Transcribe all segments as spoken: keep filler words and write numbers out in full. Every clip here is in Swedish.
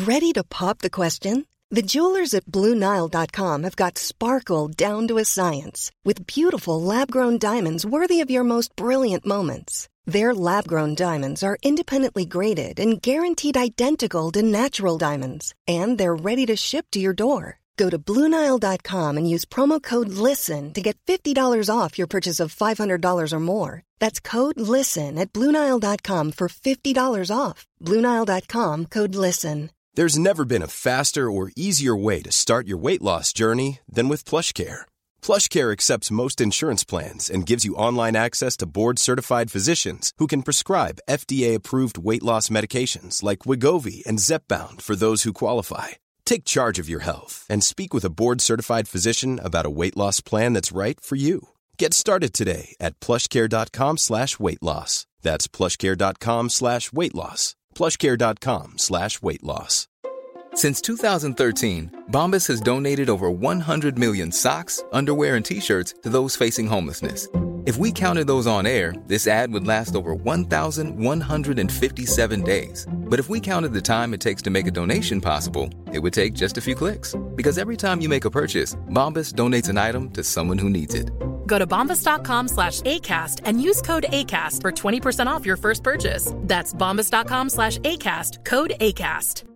Ready to pop the question? The jewelers at Blue Nile dot com have got sparkle down to a science with beautiful lab-grown diamonds worthy of your most brilliant moments. Their lab-grown diamonds are independently graded and guaranteed identical to natural diamonds, and they're ready to ship to your door. Go to Blue Nile dot com and use promo code LISTEN to get fifty dollars off your purchase of five hundred dollars or more. That's code LISTEN at Blue Nile dot com for fifty dollars off. Blue Nile dot com, code LISTEN. There's never been a faster or easier way to start your weight loss journey than with PlushCare. PlushCare accepts most insurance plans and gives you online access to board-certified physicians who can prescribe F D A-approved weight loss medications like Wegovy and Zepbound for those who qualify. Take charge of your health and speak with a board-certified physician about a weight loss plan that's right for you. Get started today at plushcare.com slash weight loss. That's plushcare.com slash weight loss. plushcare.com slash weight loss. Since two thousand thirteen, Bombas has donated over one hundred million socks, underwear, and T-shirts to those facing homelessness. If we counted those on air, this ad would last over one thousand one hundred fifty-seven days. But if we counted the time it takes to make a donation possible, it would take just a few clicks. Because every time you make a purchase, Bombas donates an item to someone who needs it. Go to bombas.com slash ACAST and use code ACAST for twenty percent off your first purchase. That's bombas.com slash ACAST, code ACAST.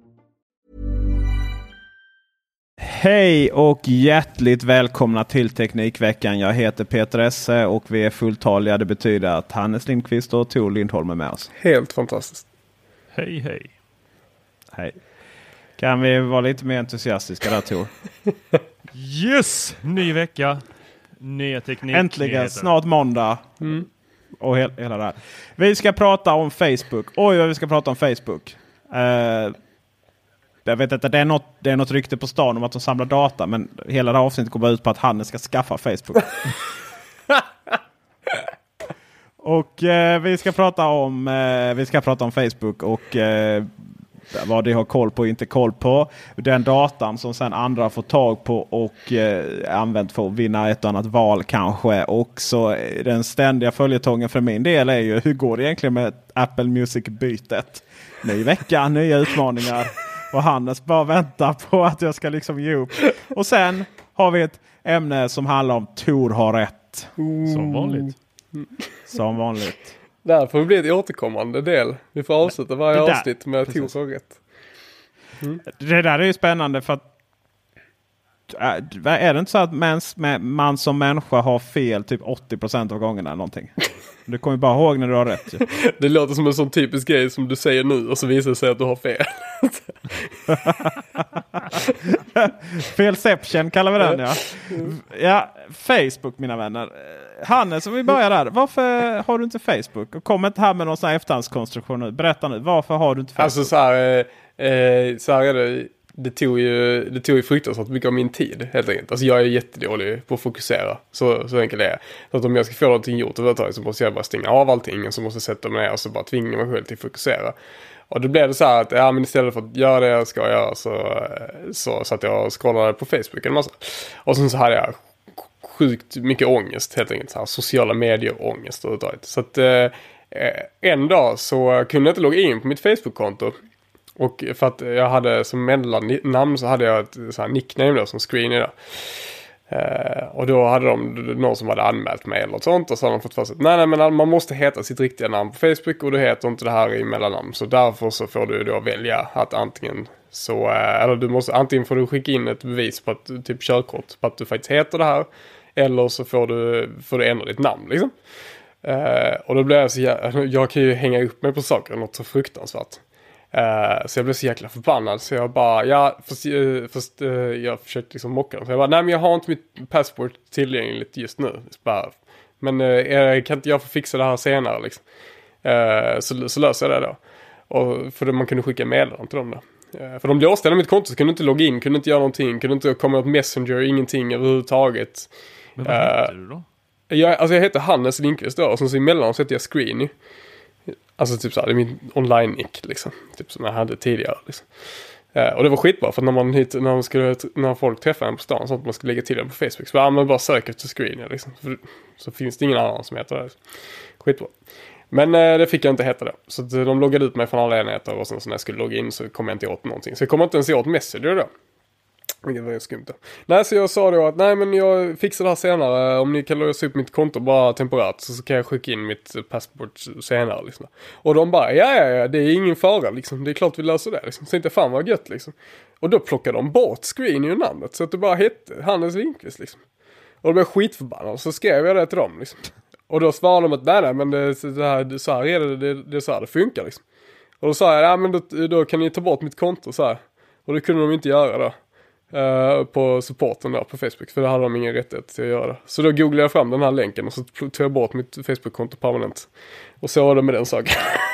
Hej och hjärtligt välkomna till Teknikveckan. Jag heter Peter Esse och vi är fulltaliga. Det betyder att Hannes Lindqvist och Tor Lindholm är med oss. Helt fantastiskt. Hej, hej. Hej. Kan vi vara lite mer entusiastiska där, Tor? Yes! Ny vecka. Nya teknik. Äntligen, nyheter. snart måndag. Mm. Och he- hela det här. Vi ska prata om Facebook. Oj, vad vi ska prata om Facebook. Uh, jag vet inte, det är, något, det är något rykte på stan om att de samlar data. Men hela det här avsnittet går ut på att Hannes ska skaffa Facebook. och uh, vi ska prata om uh, vi ska prata om Facebook och uh, vad de har koll på och inte koll på. Den datan som sen andra får tag på och eh, använt för att vinna ett annat val kanske. Och så den ständiga följetongen för min del är ju, hur går det egentligen med Apple Music-bytet? Ny vecka, nya utmaningar. Och Hannes bara väntar på att jag ska liksom ge upp. Och sen har vi ett ämne som handlar om Tor har rätt. Som vanligt. Som vanligt. Det här får bli ett återkommande del. Vi får avsluta varje där, avsnitt med Tor har rätt. Mm. Det där är ju spännande för att äh, är det inte så att mans, man som människa har fel typ åttio procent av gångerna eller någonting? Du kommer ju bara ihåg när du har rätt. Ju. Det låter som en sån typisk grej som du säger nu och så visar det sig att du har fel. Felception kallar vi den, ja. Ja, Facebook, mina vänner. Hannes, om vi börjar där. Varför har du inte Facebook? Och kom inte här med någon sån här efterhandskonstruktion nu. Berätta nu, varför har du inte Facebook? Alltså så här, eh, så här är det. Det tog ju, det tog ju fruktansvärt mycket av min tid, helt enkelt. Alltså jag är jättedålig på att fokusera. Så, så enkelt är det. Så att om jag ska få någonting gjort överhuvudtaget så måste jag bara stänga av allting. Och så måste jag sätta mig ner och så bara tvinga mig själv till att fokusera. Och då blev det så här att ja, men istället för att göra det jag ska göra så, så satt jag och scrollade på Facebook en massa. Och sen så hade jag sjukt mycket ångest, helt enkelt. Så här, sociala medier-ångest överhuvudtaget. Så att eh, en dag så kunde jag inte logga in på mitt Facebook-konto. Och för att jag hade som mellannamn så hade jag ett så här nickname då, som Screeny där. Uh, och då hade de någon som hade anmält mig eller något sånt. Och så hade de fått fast att nej, nej men man måste heta sitt riktiga namn på Facebook. Och du heter inte det här i mellannamn. Så därför så får du då välja att antingen så, uh, eller du måste, antingen får du skicka in ett bevis på att, typ körkort, på att du faktiskt heter det här. Eller så får du, får du ändra ditt namn liksom. Uh, och då blev jag så jag, jag kan ju hänga upp mig på saker, något så fruktansvärt. Uh, så jag blev så jäkla förbannad. Så jag bara, ja, fast, uh, fast uh, jag försökte liksom mocka dem. Så jag bara, nej men jag har inte mitt passport tillgängligt just nu. Så bara, men uh, kan inte jag få fixa det här senare liksom. Uh, så, så löser jag det då. Och för det, man kunde skicka meddelanden till dem då. Uh, för de låste mitt konto så kunde inte logga in, kunde inte göra någonting. Kunde inte komma åt Messenger, ingenting överhuvudtaget. Men vad uh, heter du då? Jag, alltså jag heter Hannes Lindqvist då. Och så emellan så heter jag Screeny. Alltså typ så här, det är min online-nick liksom. Typ som jag hade tidigare liksom. Eh, och det var skitbra för när man hit, när man skulle, när folk träffar en på stan så att man skulle lägga till den på Facebook. Så bara, man bara söker efter Screeny liksom. För, så finns det ingen annan som heter det. Skitbra. Men eh, det fick jag inte heta det. Så att, de loggade ut mig från alla enheter och sen så när jag skulle logga in så kom jag inte åt någonting. Så jag kom inte ens åt Messenger då. Vilket var skumt då. Nej, så jag sa då att nej, men jag fixar det här senare. Om ni kan låsa upp mitt konto bara temporärt så, så kan jag skicka in mitt passport senare liksom. Och de bara, ja ja ja, det är ingen fara liksom. Det är klart vi löser det liksom. Så inte fan vad gött liksom. Och då plockade de bort screen i namnet så att det bara hette Hannes Lindqvist liksom. Och då blev jag skitförbannad. Så skrev jag det till dem liksom. Och då svarade de att nej nej men det, det här, så här är det, det, det är så här det funkar liksom. Och då sa jag, ja men då, då kan ni ta bort mitt konto så här. Och det kunde de inte göra då. Uh, på supporten där på Facebook. För det hade de ingen rättighet till att göra. Så då googlade jag fram den här länken och så tog jag bort mitt Facebook-konto permanent. Och så var det med den saken.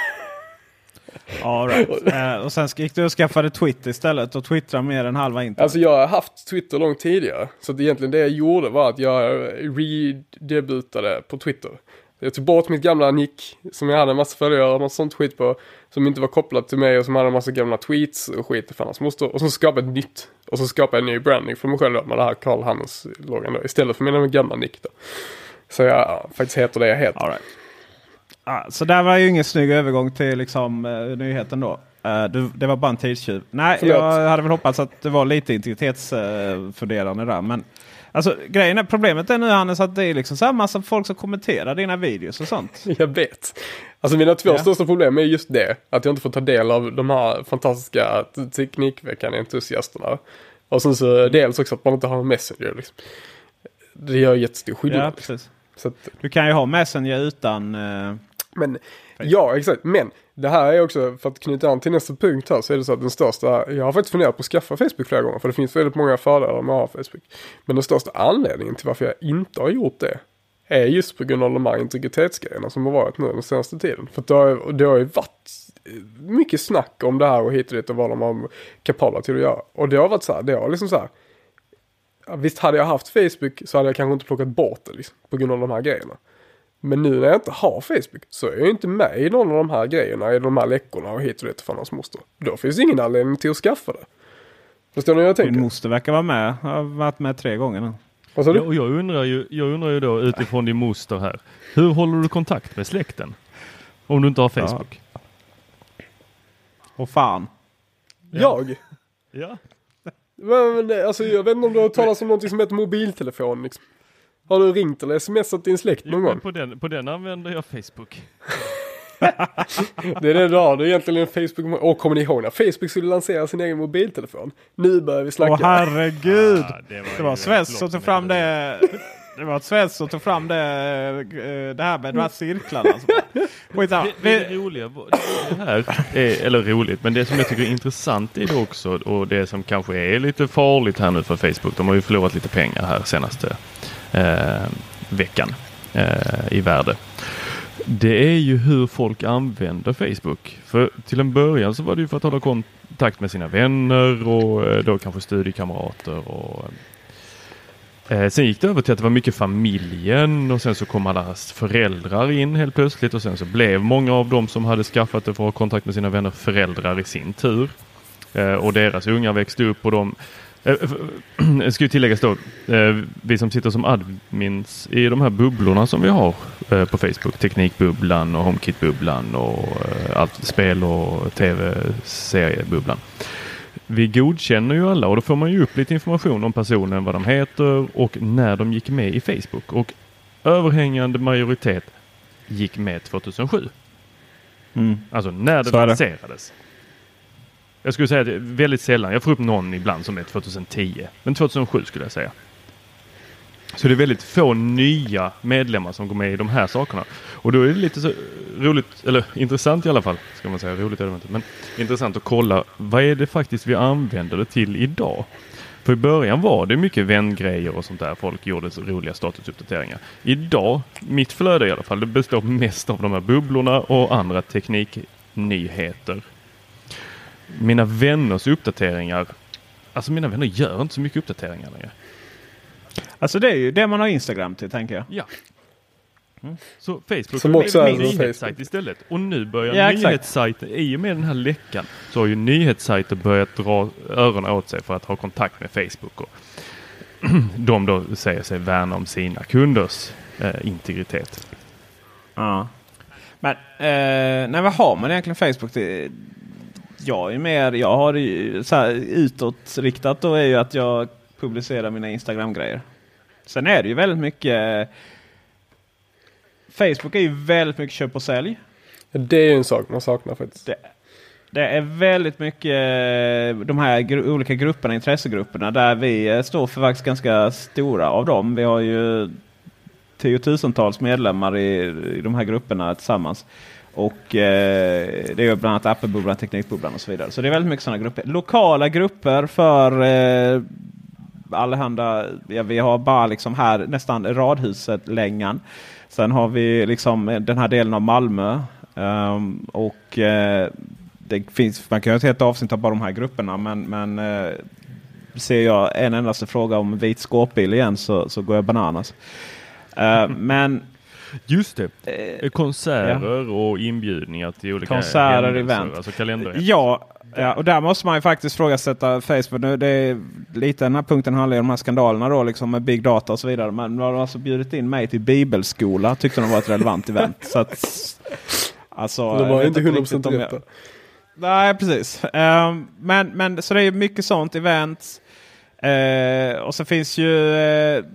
All right. uh, och sen gick du och skaffade Twitter istället och twittrade mer än halva internet. Alltså jag har haft Twitter långt tidigare. Så det egentligen det jag gjorde var att jag redebutade på Twitter. Jag tog bort mitt gamla nick som jag hade en massa följare och massa sånt skit på som inte var kopplat till mig och som hade en massa gamla tweets och skit för hans moster. Och så skapade jag ett nytt. Och så skapade jag en ny branding för mig själv då, med det här Carl Hannes-loggan då, istället för mina gamla nick då. Så jag ja, faktiskt heter det jag heter. All right. ah, så där var ju ingen snygg övergång till liksom, uh, nyheten då. Uh, det, det var bara en tidstjuv. Nej, Förlåt. jag hade väl hoppats att det var lite integritetsfördelande uh, där. Men alltså, grejen är, problemet är nu Hannes att det är liksom så här massa folk som kommenterar dina videos och sånt. Jag vet. Alltså mina två ja. största problem är just det. Att jag inte får ta del av de här fantastiska teknikveckan-entusiasterna. Och sen så dels också att man inte har en Messenger liksom. Det gör jättestor skillnad. Ja, precis. Så att, du kan ju ha Messenger utan... Uh, men, ja, exakt. Men det här är också, för att knyta an till nästa punkt här, så är det så att den största... Jag har faktiskt funderat på att skaffa Facebook flera gånger. För det finns väldigt många fördelar med att ha Facebook. Men den största anledningen till varför jag inte har gjort det är just på grund av de här integritetsgrejerna som har varit nu den senaste tiden. För det har, det har ju varit mycket snack om det här och hit och dit och vad de har kapabla till att göra. Och det har varit så här, det har liksom så här... Visst hade jag haft Facebook så hade jag kanske inte plockat bort det liksom, på grund av de här grejerna. Men nu när jag inte har Facebook så är jag inte med i någon av de här grejerna, i de här läckorna och hit och dit för hans moster. Då finns det ingen anledning till att skaffa det. Förstår ni vad jag tänker? Din moster verkar vara med. Jag har varit med tre gånger nu. Vad sa du? Ja, och jag undrar ju, jag undrar ju då utifrån din moster här. Hur håller du kontakt med släkten? Om du inte har Facebook. Ja. Och fan. Jag? Ja. Men, men alltså, jag vet inte om du har talat om något som heter mobiltelefon liksom. Har du ringt eller smsat din släkt någon jo, gång? På den, på den använder jag Facebook. Det är det du har. Det är egentligen en Facebook. Och kommer ni ihåg när Facebook skulle lansera sin egen mobiltelefon? Nu börjar vi snacka. Åh herregud. Ja, det var, det var svenskt som tog fram det. Det var svenskt som tog fram det. Det här med de här cirklarna. Det, det, det roliga det här är, eller roligt, men det som jag tycker är intressant är det också, och det som kanske är lite farligt här nu för Facebook, de har ju förlorat lite pengar här senaste eh, veckan eh, i värde. Det är ju hur folk använder Facebook. För till en början så var det ju för att hålla kontakt med sina vänner och då kanske studiekamrater och eh, sen gick det över till att det var mycket familjen och sen så kom alla föräldrar in helt plötsligt och sen så blev många av dem som hade skaffat det för att ha kontakt med sina vänner föräldrar i sin tur. Eh, och deras unga växte upp och de Jag ska ju tilläggas då, vi som sitter som admins i de här bubblorna som vi har på Facebook, Teknikbubblan och HomeKit-bubblan och allt spel och tv-seriebubblan. Vi godkänner ju alla och då får man ju upp lite information om personen, vad de heter och när de gick med i Facebook. Och överhängande majoritet gick med tjugohundrasju. Mm. Alltså när det lanserades. Jag skulle säga att det är väldigt sällan. Jag får upp någon ibland som är tjugohundratio. Men tjugohundrasju skulle jag säga. Så det är väldigt få nya medlemmar som går med i de här sakerna. Och då är det lite så roligt, eller intressant i alla fall, ska man säga. Roligt är det inte, men intressant att kolla vad är det faktiskt vi använder det till idag. För i början var det mycket vängrejer och sånt där. Folk gjorde så roliga statusuppdateringar. Idag, mitt flöde i alla fall, det består mest av de här bubblorna och andra tekniknyheter. Mina vänners uppdateringar, alltså mina vänner gör inte så mycket uppdateringar längre. Alltså det är ju det man har Instagram till, tänker jag. Ja. Mm. Så Facebook som också är en en nyhetssajt istället. Och nu börjar ja, nyhetssajter, i och med den här läckan, så har ju nyhetssajter börjat dra öronen åt sig för att ha kontakt med Facebook. Och de då säger sig värna om sina kunders eh, integritet. Ja. Men eh, nej, vad har man egentligen Facebook till? Jag är mer, jag har ju så här utåtriktat då är ju att jag publicerar mina Instagram-grejer. Sen är det ju väldigt mycket, Facebook är ju väldigt mycket köp och sälj. Det är ju en sak man saknar faktiskt. Det, det är väldigt mycket de här gru- olika grupperna, intressegrupperna där vi står för faktiskt ganska stora av dem. Vi har ju tiotusentals medlemmar i, i de här grupperna tillsammans. Och eh, det är ju bland annat Apple-bubblan, Teknikbubblan och så vidare. Så det är väldigt mycket sådana grupper. Lokala grupper för eh, allehanda, ja, vi har bara liksom här nästan radhuset Längan. Sen har vi liksom den här delen av Malmö. Um, och eh, det finns, man kan ju ha ett helt avsnitt av bara de här grupperna. Men, men eh, ser jag en endaste fråga om vit skåpbil igen så, så går jag bananas. Uh, men just det. Eh, konserter ja. och inbjudningar till olika konserter, event. Alltså kalender. Ja, ja, och där måste man ju faktiskt frågasätta Facebook. Nu, det är lite den här punkten handlar om de här skandalerna då, liksom med big data och så vidare. Men de har alltså bjudit in mig till bibelskola. Tyckte de var ett relevant event. Så att, alltså, de var inte hundra procent om jag... Nej, precis. Um, men, men så det är mycket sånt event. Uh, och så finns ju uh,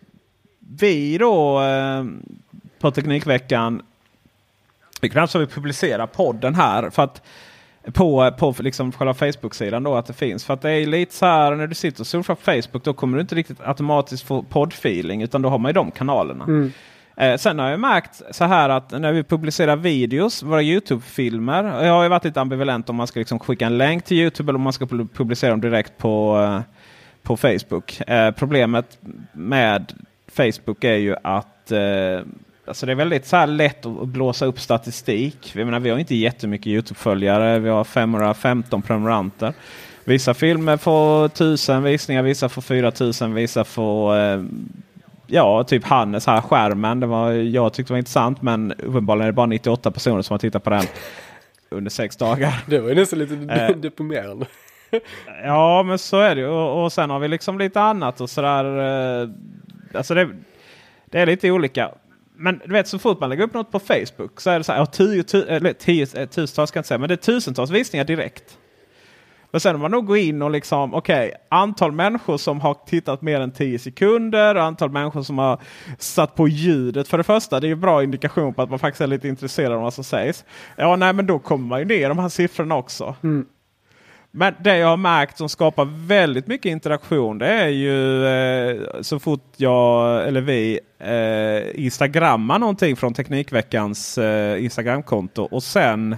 vi då uh, på Teknikveckan. Vi kan alltså publicera podden här för att på, på liksom själva Facebook-sidan då att det finns. För att det är lite så här när du sitter och surfar på Facebook då kommer du inte riktigt automatiskt få poddfeeling utan då har man ju de kanalerna. Mm. Eh, sen har jag märkt så här att när vi publicerar videos, våra YouTube-filmer. Jag har ju varit lite ambivalent om man ska liksom skicka en länk till YouTube eller om man ska publicera dem direkt på, eh, på Facebook. Eh, problemet med Facebook är ju att eh, alltså det är väldigt så här lätt att blåsa upp statistik. Vi menar, vi har inte jättemycket YouTube-följare. Vi har femhundrafemton prenumeranter. Vissa filmer får tusen visningar, vissa får fyra tusen, vissa får eh, ja, typ Hannes här skärmen. Det var, jag tyckte det var intressant, men uppenbarligen är det bara nittioåtta personer som har tittat på den under sex dagar. Det var ju nästan lite eh, deprimerande. Ja, men så är det. Och, och sen har vi liksom lite annat och sådär. Eh, alltså det, det är lite olika. Men du vet, så fort man lägger upp något på Facebook så är det så här, ja, tio, tio, eller tio, tusentals kan jag inte säga, men det är tusentals visningar direkt. Men sen om man nog går in och liksom, okej, okay, antal människor som har tittat mer än tio sekunder, antal människor som har satt på ljudet för det första, det är ju bra indikation på att man faktiskt är lite intresserad av vad som sägs. Ja, nej, men då kommer man ju ner de här siffrorna också. Mm. Men det jag har märkt som skapar väldigt mycket interaktion, det är ju eh, så fort jag eller vi eh, instagrammar någonting från Teknikveckans eh, Instagramkonto och sen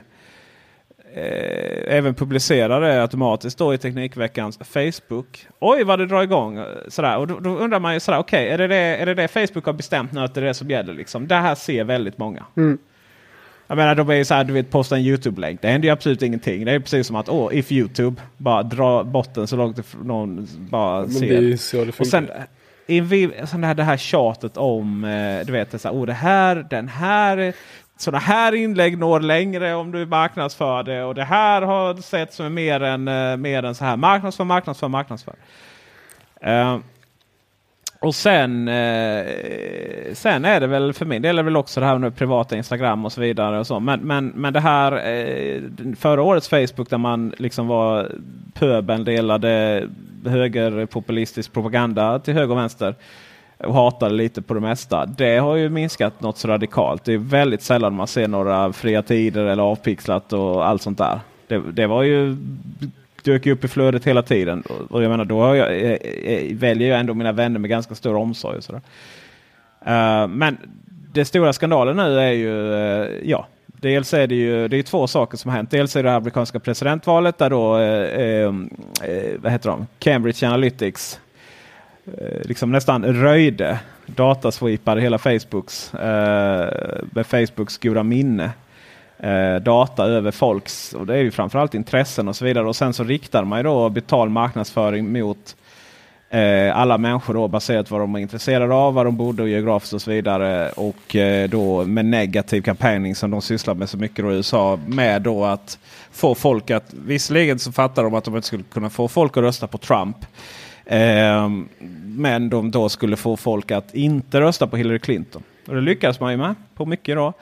eh, även publicerar det automatiskt då i Teknikveckans Facebook. Oj, vad det drar igång. Sådär. Och då, då undrar man ju sådär, okej, okay, är, det det, är det det Facebook har bestämt nu att det är det som gäller? Liksom? Det här ser väldigt många. Mm. Jag menar, de är ju så här, du vet, posta en YouTube-länk. Det händer ju absolut ingenting. Det är precis som att, åh, if YouTube bara dra botten så långt någon bara men ser. Det är ju så det och sen, sen det, här, det här tjatet om, du vet, det, så här, åh, det här, den här, sådana här inlägg når längre om du marknadsför det. Och det här har sett som mer än, mer än så här, marknadsför, marknadsför, marknadsför. Uh, Och sen, eh, sen är det väl för min del är det väl också det här med privata Instagram och så vidare och så. Men, men, men det här eh, förra årets Facebook där man liksom var pöbeln delade högerpopulistisk propaganda till höger och vänster och hatade lite på det mesta. Det har ju minskat något så radikalt. Det är väldigt sällan man ser några fria tider eller avpixlat och allt sånt där. Det, det var ju... dök upp i flödet hela tiden. Och jag menar, då har jag, jag, jag väljer jag ändå mina vänner med ganska stor omsorg. Och sådär. Uh, men det stora skandalen nu är ju, uh, ja, dels är det ju det är två saker som har hänt. Dels är det amerikanska presidentvalet där då, uh, uh, uh, vad heter de? Cambridge Analytics uh, liksom nästan röjde, datasweepade hela Facebooks, uh, med Facebooks goda minne. Eh, data över folks, och det är ju framförallt intressen och så vidare, och sen så riktar man ju då betal marknadsföring mot eh, alla människor då, baserat på vad de är intresserade av, vad de borde och geografiskt och så vidare, och eh, då med negativ kampanjning som de sysslar med så mycket då i U S A, med då att få folk att, visserligen så fattar de att de inte skulle kunna få folk att rösta på Trump, eh, men de då skulle få folk att inte rösta på Hillary Clinton, och det lyckas man ju med på mycket då.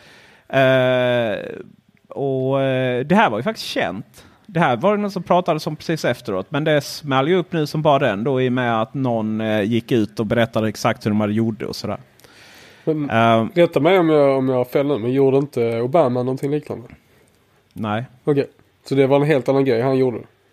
Uh, och uh, det här var ju faktiskt känt. Det här var det någon som pratade om precis efteråt. Men det smäll ju upp nu som bara den då, i och med att någon uh, gick ut och berättade exakt hur de hade gjort det och sådär. Men, uh, rätta mig om jag, om jag har fel nu, men gjorde inte Obama någonting liknande? Nej. Okej, okay. Så det var en helt annan grej han gjorde?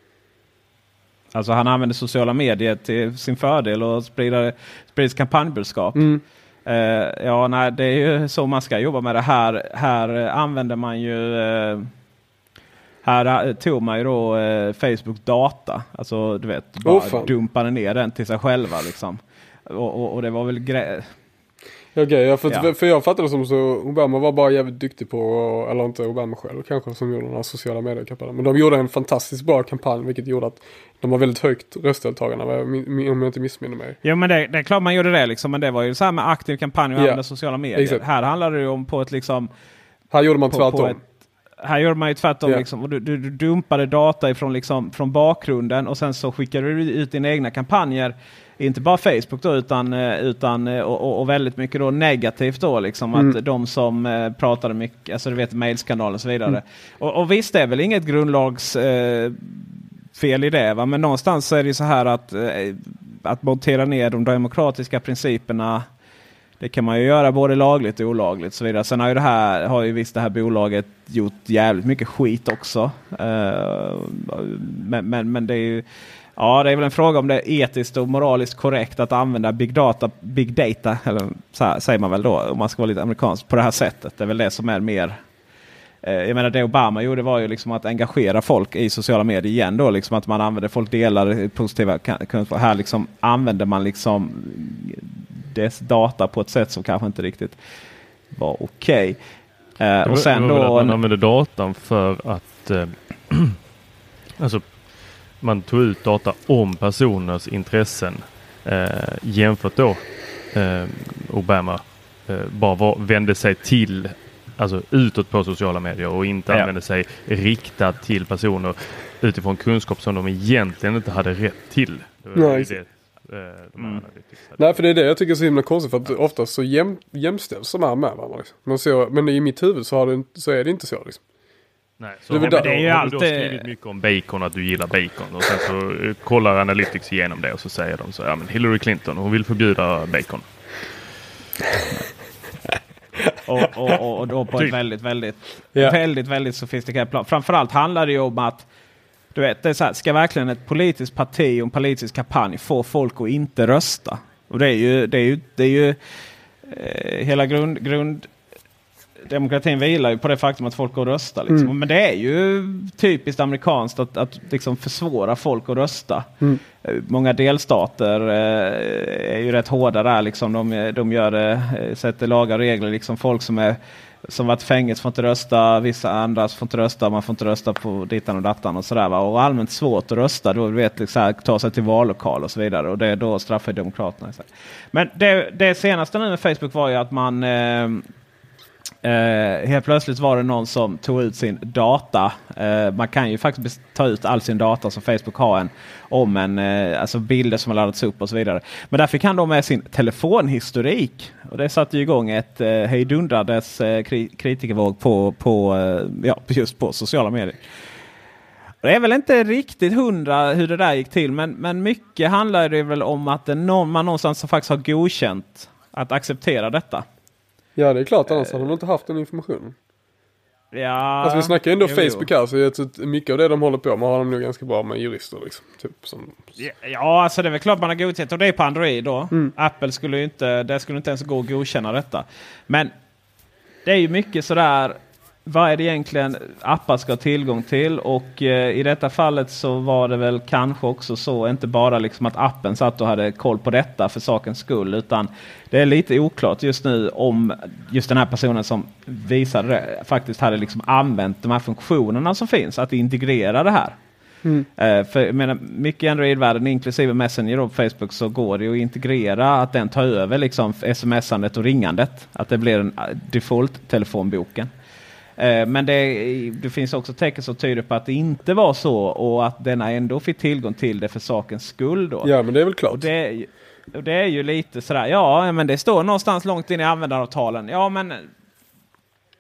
Alltså han använde sociala medier till sin fördel och sprider, sprider kampanjbudskap. Mm. Uh, ja, nej, det är ju så man ska jobba med det här. Här uh, använder man ju... Uh, här uh, tog man ju då uh, Facebook data. Alltså du vet, bara oh, dumpade ner den till sig själva liksom. Och, och, och det var väl grej... Okej, okay, jag för, ja. för jag fattade det som så Obama var bara jävligt dyktig på, eller inte Obama själv kanske, som gjorde den här sociala mediekampanjen. Men de gjorde en fantastiskt bra kampanj, vilket gjorde att de var väldigt högt röstdeltagarna, om jag inte missminner mig. Ja, men det, det är klart man gjorde det liksom, men det var ju så här med aktiv kampanj och yeah. använda sociala medier. Exakt. Här handlar det ju om på ett liksom... Här gjorde man på, tvärtom. På ett, här gjorde man ju tvärtom yeah. liksom, och du, du, du dumpade data ifrån liksom, från bakgrunden och sen så skickade du ut dina egna kampanjer. Inte bara Facebook då, utan, utan och, och väldigt mycket då negativt då liksom, mm. att de som eh, pratade mycket, alltså du vet, mailskandaler och så vidare. Mm. Och, och visst är väl inget grundlags eh, fel i det, va? Men någonstans så är det så här att eh, att montera ner de demokratiska principerna, det kan man ju göra både lagligt och olagligt så vidare. Sen har ju det här, har ju visst det här bolaget gjort jävligt mycket skit också. Eh, men, men, men det är ju Ja, det är väl en fråga om det är etiskt och moraliskt korrekt att använda big data, big data, eller så här, säger man väl då, om man ska vara lite amerikansk, på det här sättet. Det är väl det som är mer... Eh, jag menar, det Obama gjorde var ju liksom att engagera folk i sociala medier igen då, liksom att man använder, folk delar positiva kunskaper. Här liksom använder man liksom dess data på ett sätt som kanske inte riktigt var okej. Okay. Eh, och sen då... Man använder datan för att... Eh, alltså... Man tog ut data om personers intressen eh, jämfört då eh, Obama eh, bara var, vände sig till, alltså utåt på sociala medier och inte ja. använde sig riktat till personer utifrån kunskap som de egentligen inte hade rätt till. Det var Nej, det, eh, de mm. Nej, för det är det jag tycker är så himla konstigt, för att ofta så jäm, jämställs som är med varandra. Liksom. Men, så, men i mitt huvud så, har det, så är det inte så liksom. Nej, så det, har, det är ju har alltid... du då skrivit mycket om bacon, att du gillar bacon, och sen så kollar Analytics igenom det och så säger de så, ja men Hillary Clinton, hon vill förbjuda bacon. och, och, och, och då på ett väldigt, väldigt, yeah. väldigt, väldigt sofistikerat plan. Framförallt handlar det ju om att, du vet, det är så här, ska verkligen ett politiskt parti och en politisk kampanj få folk att inte rösta? Och det är ju, det är ju, det är ju eh, hela grund... grund demokratin vilar ju på det faktum att folk går och röstar. Liksom. Mm. Men det är ju typiskt amerikanskt att, att liksom försvåra folk att rösta. Mm. Många delstater eh, är ju rätt hårda där. Liksom. De, de gör det, sätter lagar och regler. Liksom. Folk som är som varit fängelse får inte rösta. Vissa andra får inte rösta. Man får inte rösta på dittan och dattan och sådär. Va? Och allmänt svårt att rösta. Då vet liksom, ta sig till vallokal och så vidare. Och det är då straffar demokraterna. Men det, det senaste nu med Facebook var ju att man... Eh, Uh, helt plötsligt var det någon som tog ut sin data. Uh, man kan ju faktiskt ta ut all sin data som Facebook har en, om en, uh, alltså bilder som har laddats upp och så vidare. Men där fick han då med sin telefonhistorik. Och det satte ju igång ett uh, hejdundrades uh, kri- kritikervåg på, på, uh, ja, just på sociala medier. Det är väl inte riktigt hundra hur det där gick till. Men, men mycket handlar det väl om att det någon, man någonstans som faktiskt har godkänt att acceptera detta. Ja, det är klart, annars hade de inte haft den informationen. Ja. Alltså vi snackar ändå jo, Facebook här, så jag tror mycket av det de håller på med har de nog ganska bra med jurister liksom. Typ som... Ja, alltså det är väl klart man har godkänt, och det är på Android då. Mm. Apple skulle ju inte, det skulle inte ens gå att godkänna detta. Men det är ju mycket sådär, vad är det egentligen appar ska ha tillgång till? Och eh, i detta fallet så var det väl kanske också så, inte bara liksom att appen satt och hade koll på detta för sakens skull, utan det är lite oklart just nu om just den här personen som visade det faktiskt hade liksom använt de här funktionerna som finns, att integrera det här. Mm. Uh, för jag menar, mycket i Android-världen, inklusive Messenger och Facebook, så går det att integrera att den tar över liksom sms-andet och ringandet. Att det blir en default-telefonboken. Uh, men det, det finns också tecken som tyder på att det inte var så, och att denna ändå fick tillgång till det för sakens skull då. Ja, men det är väl klart. Och det, och det är ju lite sådär, ja men det står någonstans långt in i användaravtalen. Ja men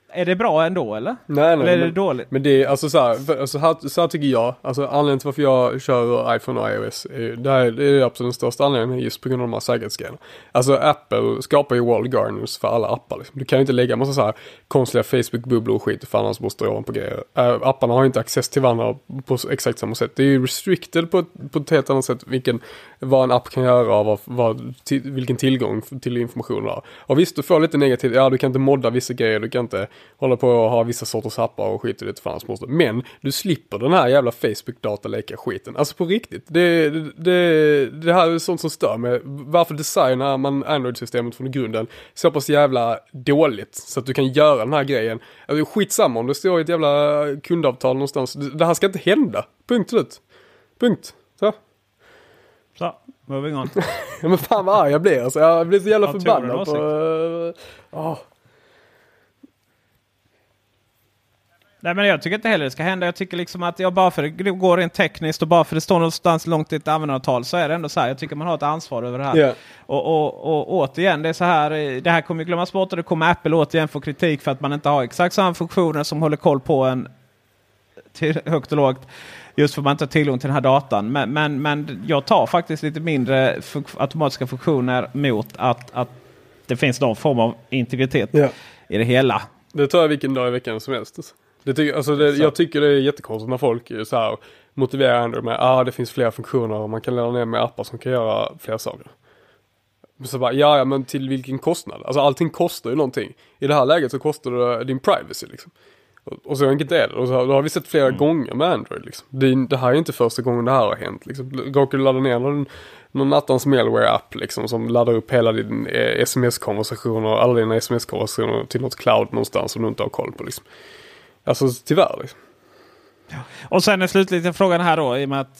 Är det bra ändå, eller? Nej, nej. Eller är men, det dåligt? Men det är alltså så här, för, alltså här, så här tycker jag. Alltså anledningen till varför jag kör iPhone och iOS. Är, det, här, det är absolut den största anledningen just på grund av de här säkerhetsgrejerna. Alltså Apple skapar ju walled gardens för alla appar. Liksom. Du kan ju inte lägga en massa så här konstiga Facebook-bubblor och skit för annars måste du ovanpå grejer. Äh, apparna har ju inte access till varandra på exakt samma sätt. Det är ju restricted på ett, på ett helt annat sätt vilken, vad en app kan göra och vad, vad, till, vilken tillgång till information har. Och visst, du får lite negativt. Ja, du kan inte modda vissa grejer. Du kan inte hålla på och ha vissa sorters appar och skit i det för annars måste. Men du slipper den här jävla Facebook-dataleka skiten. Alltså på riktigt. Det, det, det, det här är sånt som stör mig. Varför designar man Android-systemet från grunden så pass jävla dåligt så att du kan göra den här grejen. Alltså, skitsamma om det står i ett jävla kundavtal någonstans. Det, det här ska inte hända. Punkt slut. Punkt. Så. Så, moving on. Ja, men fan vad arg jag blir. Alltså, jag blir så jävla jag förbannad på... Uh, oh. Nej, men jag tycker inte heller det ska hända. Jag tycker liksom att jag bara för det går rent tekniskt och bara för det står någonstans långt i ett användaravtal så är det ändå så här. Jag tycker man har ett ansvar över det här. Yeah. Och, och, och återigen, det är så här, det här kommer ju glömmas bort och det kommer Apple återigen få kritik för att man inte har exakt samma funktioner som håller koll på en till högt och lågt. Just för att man inte har tillgång till den här datan. Men, men, men jag tar faktiskt lite mindre fun- automatiska funktioner mot att, att det finns någon form av integritet yeah. i det hela. Det tar jag vilken dag i veckan som helst. Det ty- alltså det, jag tycker det är jättekonstigt när folk så här motiverar Android med att ah, det finns fler funktioner och man kan ladda ner med appar som kan göra fler saker. Så bara, ja, ja, men till vilken kostnad? Alltså allting kostar ju någonting. I det här läget så kostar det din privacy liksom. Och, och så enkelt är det. Och så, då har vi sett flera mm. gånger med Android liksom. Det, det här är inte första gången det här har hänt liksom. Råkar du ladda ner någon, någon nattans malware-app liksom som laddar upp hela din eh, sms-konversationer och alla dina sms-konversationer till något cloud någonstans som du inte har koll på liksom. Alltså tyvärr liksom. Ja. Och sen är slutligen frågan här då i och med att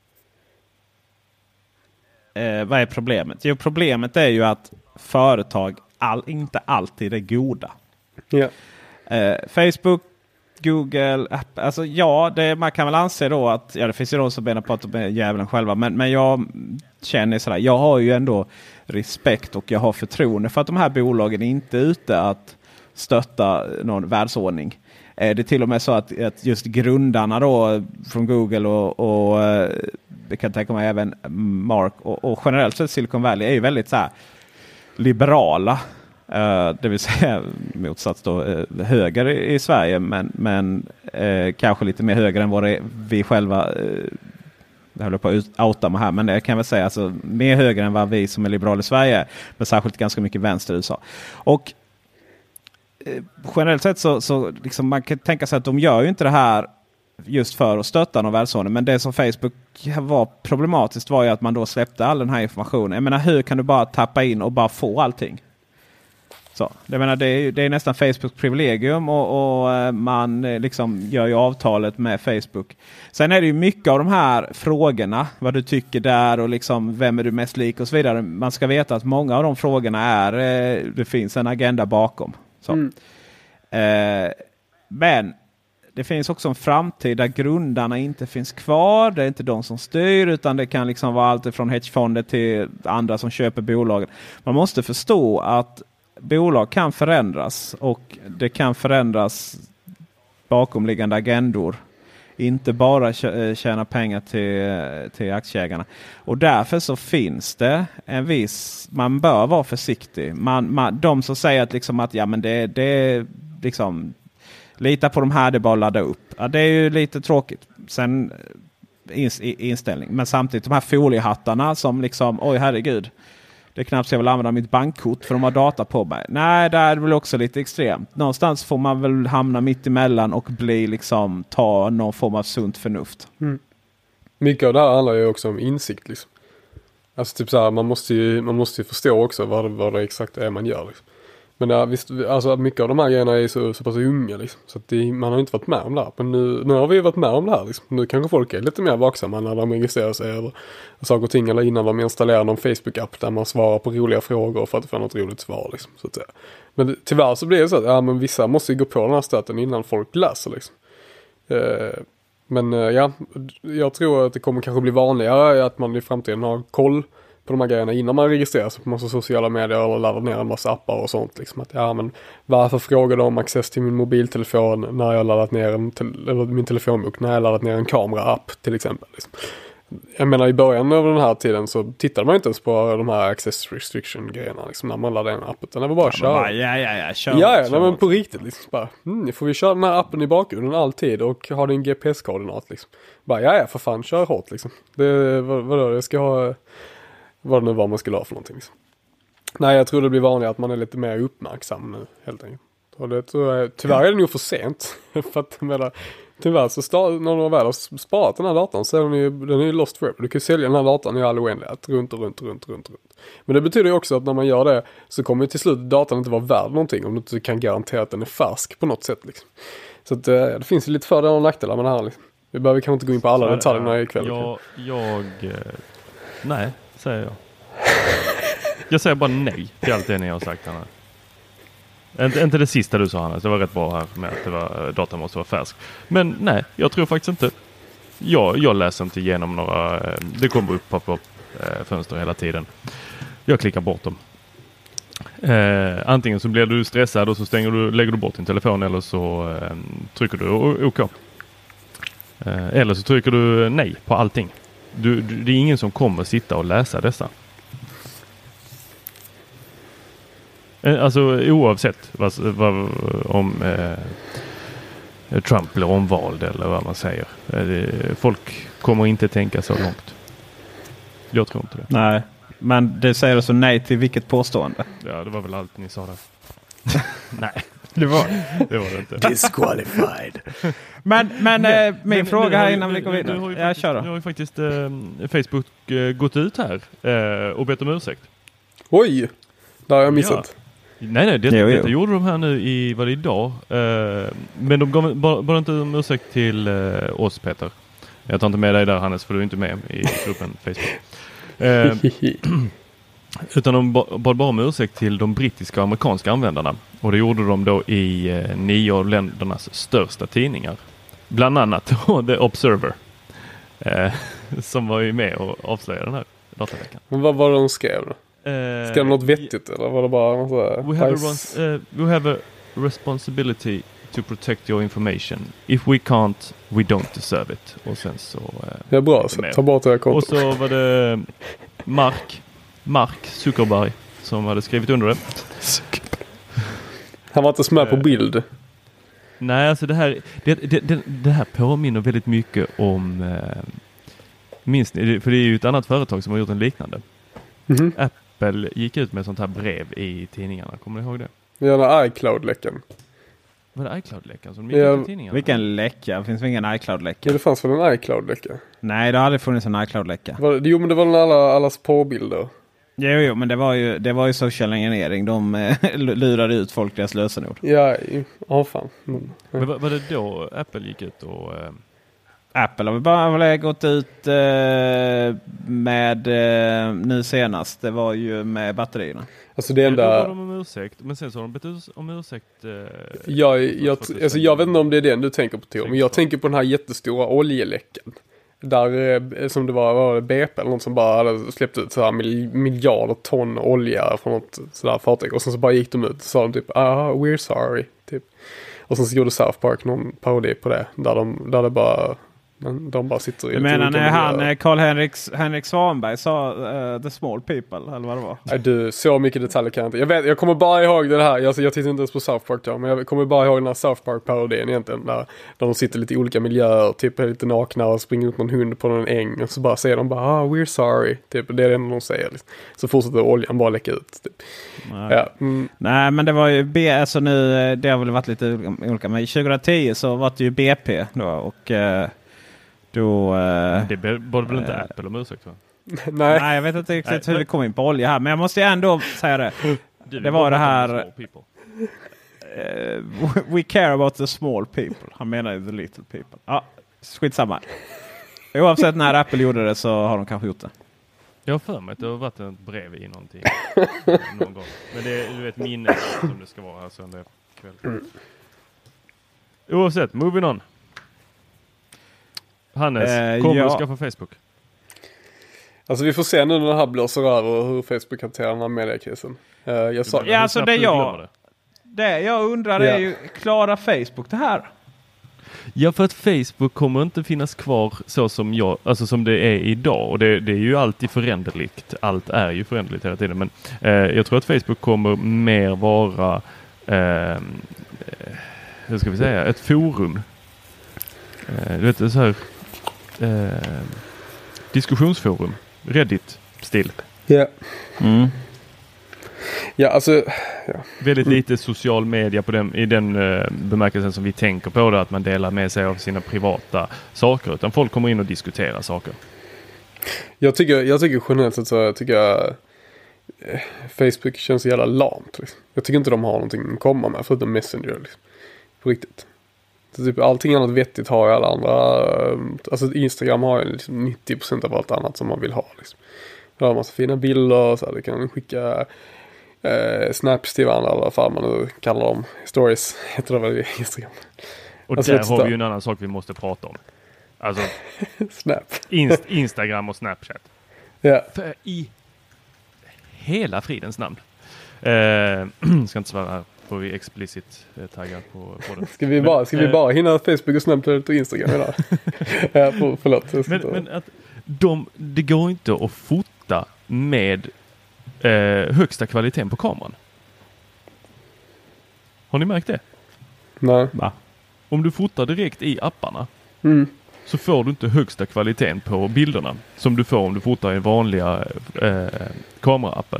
eh, vad är problemet? Jo, problemet är ju att företag all, inte alltid är goda. Ja. Eh, Facebook, Google, Apple, alltså ja, det, man kan väl anse då att ja, det finns ju de som menar på att de är djävulen själva, men, men jag känner sådär, jag har ju ändå respekt och jag har förtroende för att de här bolagen inte är ute att stötta någon världsordning. Eh, det är till och med så att, att just grundarna då från Google och, och eh, vi kan tänka mig även Mark och, och generellt sett Silicon Valley är ju väldigt så här liberala. Uh, det vill säga motsats då uh, höger i, i Sverige men, men uh, kanske lite mer höger än vad det, vi själva uh, jag håller på att outa med här, men det kan väl säga alltså, mer höger än vad vi som är liberala i Sverige är, men särskilt ganska mycket vänster i U S A. Och uh, generellt sett så, så liksom, man kan tänka sig att de gör ju inte det här just för att stötta någon världsordning, men det som Facebook var problematiskt var ju att man då släppte all den här informationen. Jag menar, hur kan du bara tappa in och bara få allting? Så, jag menar, det, är, det är nästan Facebooks privilegium och, och man liksom gör ju avtalet med Facebook. Sen är det ju mycket av de här frågorna, vad du tycker där och liksom vem är du mest lik och så vidare. Man ska veta att många av de frågorna är, det finns en agenda bakom. Så. Mm. Eh, men det finns också en framtid där grundarna inte finns kvar. Det är inte de som styr utan det kan liksom vara allt från hedgefonder till andra som köper bolagen. Man måste förstå att bolag kan förändras och det kan förändras bakomliggande agendor. Inte bara tjäna pengar till, till aktieägarna. Och därför så finns det en viss, man bör vara försiktig. Man, man, de som säger att, liksom att ja, men det, det är liksom lita på de här, det bara ladda upp. Ja, det är ju lite tråkigt. Sen inställning. Men samtidigt de här foliehattarna som liksom, oj herregud. Det är knappt så jag vill använda mitt bankkort för de har data på mig. Nej, det är väl också lite extremt. Någonstans får man väl hamna mitt emellan och bli liksom, ta någon form av sunt förnuft. Mm. Mycket av det här handlar ju också om insikt liksom. Alltså typ så här, man måste ju, man måste ju förstå också vad det, vad det exakt är man gör liksom. Men ja, visst, alltså mycket av de här grejerna är så, så pass unga liksom. Så att det, man har inte varit med om det här. Men nu, nu har vi ju varit med om det här liksom. Nu kanske folk är lite mer vaksamma när de registrerar sig över saker och ting. Eller innan de installerar någon Facebook-app där man svarar på roliga frågor för att få något roligt svar liksom, så att säga. Men tyvärr så blir det så att ja, men vissa måste ju gå på den här stöten innan folk läser liksom. Eh, men eh, ja, jag tror att det kommer kanske bli vanligare att man i framtiden har koll på de här grejerna innan man registrerar sig på massa sociala medier eller laddar ner en massa appar och sånt. Liksom att, ja, men varför frågar de om access till min mobiltelefon när jag har laddat ner en te- eller min telefonbok, när jag har laddat ner en kamera-app till exempel. Liksom. Jag menar, i början av den här tiden så tittade man inte ens på de här access restriction-grejerna liksom, när man laddade en app. Utan det var bara att Ja, köra. bara, ja, ja, ja, kör. Ja, ja kör. nej, men på riktigt liksom. Bara, mm, får vi köra den här appen i bakgrunden alltid och ha din G P S-koordinat liksom. Bara, ja, ja, för fan, kör hårt liksom. Det, vad, vadå, jag ska ha, vad det nu var man skulle ha för någonting liksom. Nej, jag tror det blir vanligt att man är lite mer uppmärksam nu, helt enkelt. Och det tror jag, tyvärr är det nog för sent. För att, jag menar, tyvärr så sta- när de väl har sparat den här datan så är den ju, den är ju lost forever. Du kan ju sälja den här datan i all oändlighet. Runt och runt och runt och runt, runt. Men det betyder ju också att när man gör det så kommer ju till slut datan inte vara värd någonting om du inte kan garantera att den är färsk på något sätt liksom. Så att, det finns ju lite fördelar och nackdelar med det här liksom. Vi behöver kanske inte gå in på alla detaljerna ikväll. Jag, jag nej, säger jag. Jag säger bara nej till allt det ni har sagt, Hanna. Inte, inte det sista du sa, Hannes. Det var rätt bra här med att det var, datan måste vara färsk. Men nej, jag tror faktiskt inte. Jag, jag läser inte igenom några... Det kommer upp på, på äh, fönster hela tiden. Jag klickar bort dem. Eh, antingen så blir du stressad och så stänger du, lägger du bort din telefon, eller så eh, trycker du OK. Eh, eller så trycker du nej på allting. Du, du, det är ingen som kommer sitta och läsa dessa. Alltså oavsett vad, vad, om eh, Trump blir omvald eller vad man säger. Eh, folk kommer inte tänka så långt. Jag tror inte det. Nej, men det säger alltså nej till vilket påstående? Ja, det var väl allt ni sa där. Nej, det var det var det inte. Disqualified. Men, men, men eh, min men, fråga här innan vi går vidare. Nu Jag kör då. Nu har ju faktiskt eh, Facebook eh, gått ut här eh, och bett om ursäkt. Oj, det har jag missat. Ja. Nej, nej, det, jo, jo. detta gjorde de här nu i, vad det idag. Eh, men de gav bara, bara inte om ursäkt till eh, oss, Peter. Jag tar inte med dig där, Hannes, för du är inte med i gruppen Facebook. Eh, utan de bad bara om ursäkt till de brittiska och amerikanska användarna. Och det gjorde de då i eh, nio av ländernas största tidningar. Bland annat The Observer. Eh, som var ju med och avslöjade den här dataveckan. Men vad var det de skrev då? Uh, Ska det något vettigt eller var det bara något sådär? We have, a, res- uh, we have a responsibility to protect your information. If we can't, we don't deserve it. Och sen så... Uh, ja, bra. Så ta bort det här kontot. Och så var det Mark, Mark Zuckerberg som hade skrivit under det. Han var inte med på bild. Nej, alltså det här, det, det, det, det här påminner väldigt mycket om... Uh, minst, för det är ju ett annat företag som har gjort en liknande. Mm-hmm. Apple gick ut med sånt här brev i tidningarna. Kommer ni ihåg det? Ja, den iCloud-läckan. Var det iCloud-läckan som gick ja, ut i tidningarna? Vilken läcka? Det finns ingen iCloud-läcka. Ja, det fanns väl en iCloud-läcka? Nej, det har aldrig funnits en iCloud-läcka. Var, jo, men det var den alla, allas påbilder. Jo, jo, men det var ju, det var ju social engineering. De eh, lurade ut folk deras lösenord. Ja, ja fan. Mm. Ja. Men var, var det då Apple gick ut och... Eh, Apple har vi bara väl gått ut eh, med eh, nu senast. Det var ju med batterierna. Alltså det enda... Då var de om ursäkt, men sen så har de bett om ursäkt... Eh, jag, jag, alltså jag vet inte om det är den du tänker på, Theo, men jag tänker på den här jättestora oljeläckan. Där, eh, som det var, var det B P eller någon som bara hade släppt ut så här mil, miljarder ton olja från något sådär fartyg. Och sen så bara gick de ut och sa de typ, ah, we're sorry, typ. Och sen så gjorde South Park någon parodi på det, där, de, där det bara... Men de bara sitter i... Du menar när han, Carl-Henrik Henrik Svanberg sa uh, the small people, eller vad det var? Nej, du, så mycket detaljer kan jag inte. Jag, vet, jag kommer bara ihåg det här, alltså, jag tittar inte ens på South Park då, men jag kommer bara ihåg den här South Park-parodin egentligen, där, där de sitter lite i olika miljöer, typ lite nakna och springer ut någon hund på någon äng, och så bara säger de bara, ah, we're sorry, typ, det är det enda de säger. Liksom. Så fortsätter oljan bara läcka ut, typ. Nej. Ja. Mm. Nej, men det var ju B, alltså nu, det har väl varit lite olika, men tjugohundratio så var det ju B P då, och... Uh, Då, uh, det borde väl inte uh, Apple om ursäkt, va? Nej. Nej, jag vet inte riktigt hur vi kom in på olja här. Men jag måste ju ändå säga det. Du, det var det här... Uh, we care about the small people. Han menar ju the little people. Ja, skitsamma. Oavsett när Apple gjorde det så har de kanske gjort det. Jag har för mig att det har varit ett brev i någonting. någon gång. Men det är ju ett minne som det ska vara här söndag kväll. Mm. Oavsett, moving on. Hannes, eh, kommer ja. du skaffa Facebook? Alltså vi får se nu när det här blåser över hur Facebook hanterar den här mediekrisen. Uh, jag sa ja, alltså det jag, det jag undrar ja. är ju, klarar Facebook det här? Ja, för att Facebook kommer inte finnas kvar så som jag, alltså som det är idag. Och det, det är ju alltid föränderligt. Allt är ju föränderligt hela tiden. Men eh, jag tror att Facebook kommer mer vara, eh, hur ska vi säga, ett forum. Eh, du vet, så här eh, diskussionsforum. Reddit-stil. Ja. Yeah. Mm. Ja, alltså... Ja. Väldigt lite social media på den, i den uh, bemärkelsen som vi tänker på det, att man delar med sig av sina privata saker, utan folk kommer in och diskuterar saker. Jag tycker, jag tycker generellt sett så jag tycker jag, eh, Facebook känns så jävla lamt. Liksom. Jag tycker inte de har någonting att komma med förutom Messenger. Liksom. På riktigt. Så typ allting annat vettigt har ju alla andra. Uh, alltså Instagram har ju liksom nittio procent av allt annat som man vill ha. Liksom. Det har en massa fina bilder, så här, du kan skicka eh, snaps till varandra, eller vad fan man nu kallar dem. Stories heter det väl i Instagram. Och alltså, där har vi ju en annan sak vi måste prata om. Alltså Snap. Inst- Instagram och Snapchat. Ja. För i hela fridens namn. Eh, ska inte svara här. Får vi explicit eh, tagga på, på det. Ska vi bara, ska men, vi bara hinna Facebook och Snapchat och Instagram idag? Ja, för, förlåt. Men, men att de, det går inte att fota med eh, högsta kvaliteten på kameran. Har ni märkt det? Nej. Va? Om du fotar direkt i apparna mm. så får du inte högsta kvaliteten på bilderna som du får om du fotar i vanliga eh, kameraappen.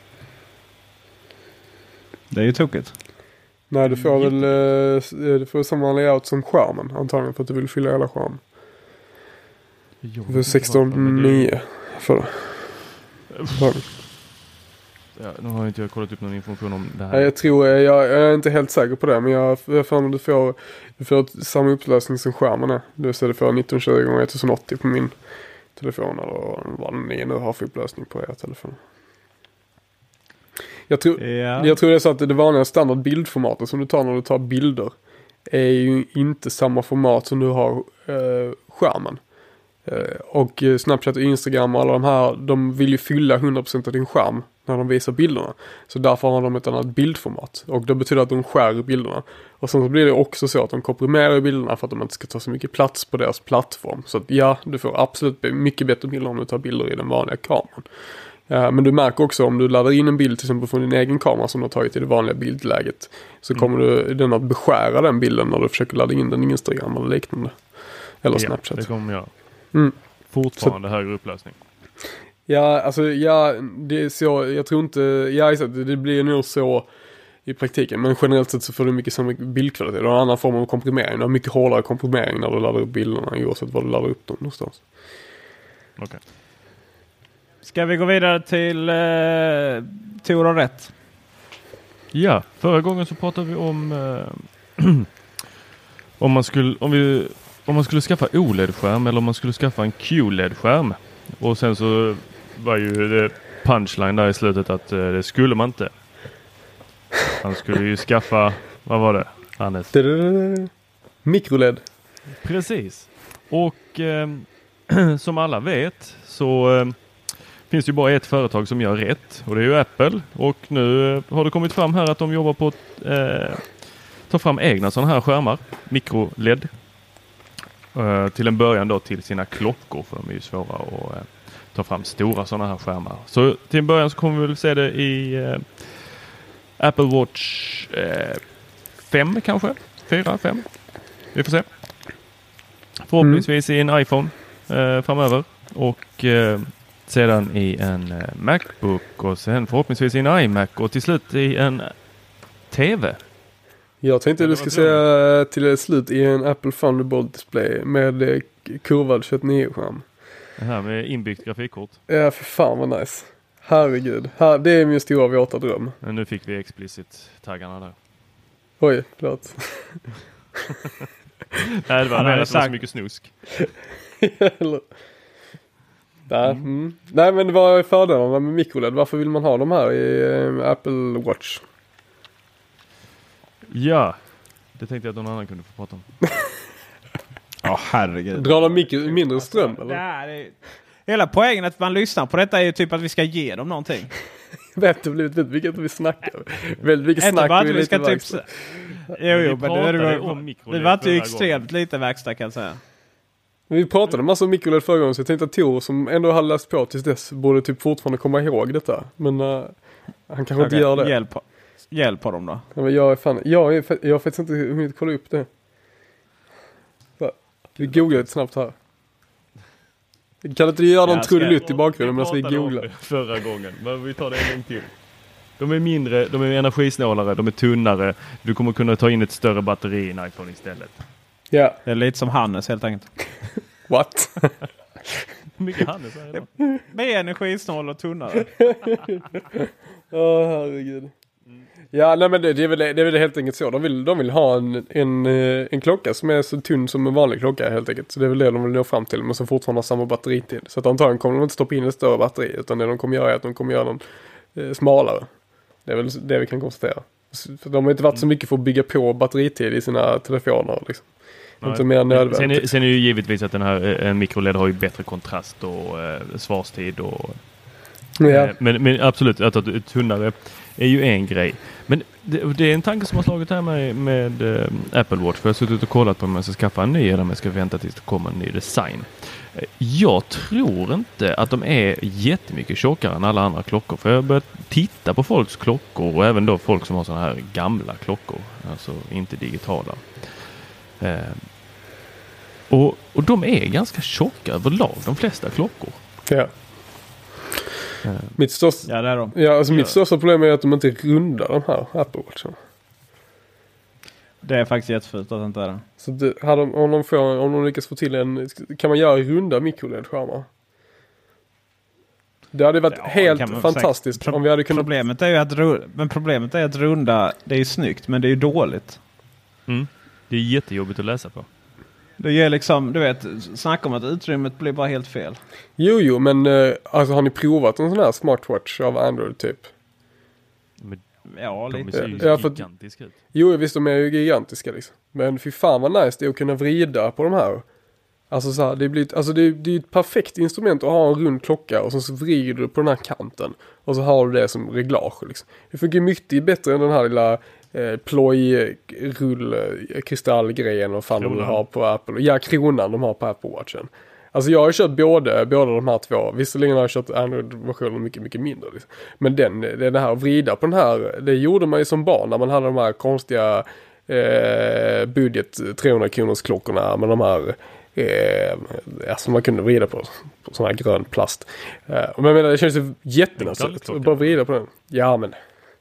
Det är ju tokigt. Nej, du får väl eh, du får samma layout som skärmen antagligen för att du vill fylla hela skärmen. För sexton nio för det. Ja, nu har inte jag kollat upp någon information om det här. Nej, jag tror, jag, jag är inte helt säker på det, men jag jag för mig du får du får ett, samma upplösning som skärmen är. Du ser det för nitton tjugo gånger tusen åttio på min telefon eller vad ni nu har för upplösning på er telefon. Jag tror, ja. jag tror det är så att det vanliga standard bildformatet som du tar när du tar bilder är ju inte samma format som du har eh, skärmen. Och Snapchat och Instagram och alla de här, de vill ju fylla hundra procent av din skärm när de visar bilderna. Så därför har de ett annat bildformat. Och det betyder att de skär bilderna. Och sen så blir det också så att de komprimerar bilderna för att de inte ska ta så mycket plats på deras plattform. Så att ja, du får absolut mycket bättre bilder om du tar bilder i den vanliga kameran. Ja, men du märker också om du laddar in en bild till exempel från din egen kamera som du har tagit i det vanliga bildläget. Så kommer mm. du den att beskära den bilden när du försöker ladda in den i Instagram eller liknande. Eller Snapchat. Ja, det kommer jag. Mm. Fortfarande så, högre upplösning. Ja, alltså ja, det är så, jag tror inte, ja exakt, det blir nog så i praktiken, men generellt sett så får du mycket samma bildkvalitet. Du har en annan form av komprimering, du har mycket hårdare komprimering när du laddar upp bilderna oavsett var du laddar upp dem någonstans. Okej. Okay. Ska vi gå vidare till eh, Tor och rätt? Ja, förra gången så pratade vi om eh, om man skulle, om vi Om man skulle skaffa O L E D-skärm eller om man skulle skaffa en Q L E D-skärm. Och sen så var ju det punchline där i slutet att eh, det skulle man inte. Han skulle ju skaffa, vad var det? Hannes? Micro L E D. Precis. Och eh, som alla vet så eh, finns det ju bara ett företag som gör rätt. Och det är ju Apple. Och nu eh, har det kommit fram här att de jobbar på att eh, ta fram egna sådana här skärmar. Micro L E D. Uh, till en början då till sina klockor, för de är ju svåra att uh, ta fram stora sådana här skärmar. Så till en början så kommer vi väl se det i uh, Apple Watch fem kanske? fyra, fem? Vi får se. Förhoppningsvis mm. i en iPhone uh, framöver. Och uh, sedan i en uh, MacBook och sen förhoppningsvis i en iMac och till slut i en T V. Jag tänkte att du ska säga till slut i en Apple Thunderbolt display med kurvad tjugonio-skärm. Det här med inbyggt grafikkort. Ja, för fan vad nice. Herregud. Här, det är min stora våta dröm. Men nu fick vi explicit taggarna där. Oj, förlåt. Nej, det var det som var så mycket snusk. Nej, mm. Nej, men vad är fördelarna med micro L E D? Varför vill man ha de här i uh, Apple Watch? Ja, det tänkte jag att någon annan kunde få prata om. Ja, oh, herregud. Drar de mycket mindre ström, eller? Det är, hela poängen att man lyssnar på detta är ju typ att vi ska ge dem någonting. Jag vet, det har blivit väldigt mycket att vi snackar. Väldigt mycket Inte snack. bara att Vi vi ska lite typ... verkstad. Jo, jo, men det, det, om det, det var ju extremt lite verkstad kan jag säga. Vi pratade massa om mikroLED förra gången, så jag tänkte att Tor som ändå hade läst på tills dess borde typ fortfarande komma ihåg detta. Men uh, han kanske okay. inte gör det. Hjälp, hjälp på dem då. Ja, men jag är fan, jag, är, jag har faktiskt inte hunnit kolla upp det. Så, vi googlar lite snabbt här. Kan inte du göra någon trudelutt i bakgrunden medan vi googlar? Förra gången, men vi tar det en gång till. De är mindre, de är energisnålare, de är tunnare. Du kommer kunna ta in ett större batteri i en iPhone istället. Ja. Yeah. Det är lite som Hannes helt enkelt. What? Mycket Hannes är det. Med energisnål och tunnare. Åh, oh, herregud. Mm. Ja, nej men det, det, är väl, det är väl helt enkelt så. De vill, de vill ha en, en, en klocka som är så tunn som en vanlig klocka helt enkelt. Så det är väl det de vill nå fram till. Men som fortfarande har samma batteritid. Så att antagligen kommer de inte stoppa in ett större batteri. Utan det de kommer göra är att de kommer göra den eh, smalare. Det är väl det vi kan konstatera. För de har inte varit så mycket för att bygga på batteritid i sina telefoner liksom. Inte mer nödvändigt. Sen är, sen är det ju givetvis att den här en mikroLED har ju bättre kontrast och eh, svarstid och ja. eh, men, men absolut att ett tunnare är ju en grej. Men det, det är en tanke som har slagit här med, med eh, Apple Watch, för jag har suttit och kollat på om man ska skaffa en ny eller om jag ska vänta tills det kommer en ny design. Eh, jag tror inte att de är jättemycket tjockare än alla andra klockor, för jag har börjat titta på folks klockor och även då folk som har såna här gamla klockor, alltså inte digitala. Eh, och, och de är ganska tjocka överlag, de flesta klockor. Ja. Eh. Mitt största, ja, det är de. Ja, alltså mitt Ja. största problem är att de inte är runda, de här Apple Watchen. Det är faktiskt jättefult att det inte är det. Så det, hade de, om, de får, om de lyckas få till en, kan man göra runda mikroLED-skärmar? Det hade varit Ja, helt fantastiskt Pro- om vi hade kunnat... Problemet är ju att, ru- men problemet är att runda, det är ju snyggt, men det är ju dåligt. Mm. Det är jättejobbigt att läsa på. Det ger liksom, du vet, snacka om att utrymmet blir bara helt fel. Jo, jo, men eh, alltså har ni provat en sån här smartwatch av Android typ? Men Ja, de lite. ser ju Ja, för- gigantiska ut. Jo, visst, de är ju gigantiska liksom. Men fy fan vad nice det är att kunna vrida på de här. Alltså så här, det blir, alltså det, det är ju ett perfekt instrument att ha en rund klocka och så vrider du på den här kanten. Och så har du det som reglage liksom. Det funkar mycket bättre än den här lilla eh, ploj-rull eh, kristallgrejen och fan de Kronan. har på Apple. Ja, kronan de har på Apple Watchen. Alltså jag har kört både, båda de här två. Visserligen har jag kört Android-versionen mycket, mycket mindre. Liksom. Men den, det, det här att vrida på den här, det gjorde man ju som barn när man hade de här konstiga eh, budget trehundra kronors klockorna med de här eh, alltså man kunde vrida på, på sån här grön plast. Eh, och jag menar, det känns ju jättenaturligt att bara vrida på den. Ja, men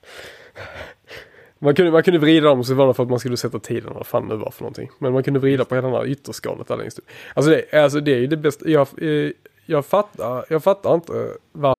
man kunde, man kunde vrida dem så var det för att man skulle sätta tiden, vad fan det var för någonting. Men man kunde vrida på hela den här ytterskalet där längst ut. Alltså det, alltså det är ju det bästa. Jag, eh, jag, fattar, jag fattar inte vad.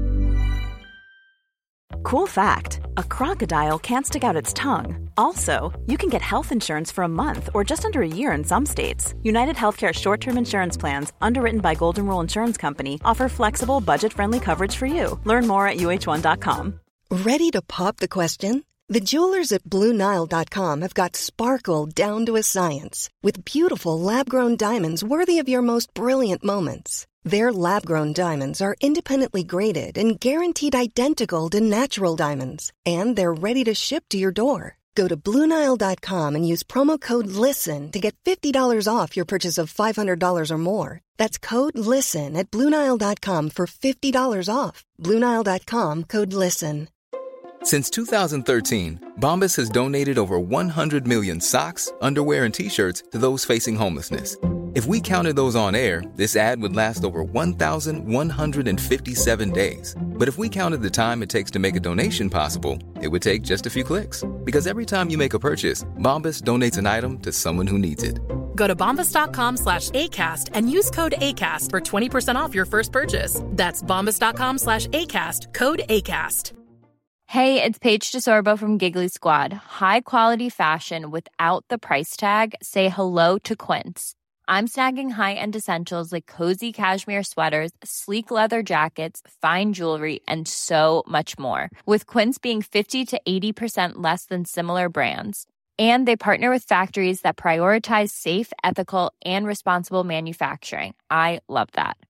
Cool fact, a crocodile can't stick out its tongue. Also, you can get health insurance for a month or just under a year in some states. United Healthcare short-term insurance plans, underwritten by Golden Rule Insurance Company, offer flexible, budget-friendly coverage for you. Learn more at U H one dot com. Ready to pop the question? The jewelers at Blue Nile dot com have got sparkle down to a science with beautiful lab-grown diamonds worthy of your most brilliant moments. Their lab-grown diamonds are independently graded and guaranteed identical to natural diamonds, and they're ready to ship to your door. Go to Blue Nile dot com and use promo code LISTEN to get fifty dollars off your purchase of five hundred dollars or more. That's code LISTEN at Blue Nile dot com for fifty dollars off. Blue Nile dot com, code LISTEN. Since two thousand thirteen, Bombas has donated over one hundred million socks, underwear, and T-shirts to those facing homelessness. If we counted those on air, this ad would last over one thousand one hundred fifty-seven days. But if we counted the time it takes to make a donation possible, it would take just a few clicks. Because every time you make a purchase, Bombas donates an item to someone who needs it. Go to bombas.com slash ACAST and use code ACAST for twenty percent off your first purchase. That's bombas.com slash ACAST, code ACAST. Hey, it's Paige DeSorbo from Giggly Squad. High quality fashion without the price tag. Say hello to Quince. I'm snagging high-end essentials like cozy cashmere sweaters, sleek leather jackets, fine jewelry, and so much more. With Quince being fifty to eighty percent less than similar brands. And they partner with factories that prioritize safe, ethical, and responsible manufacturing. I love that.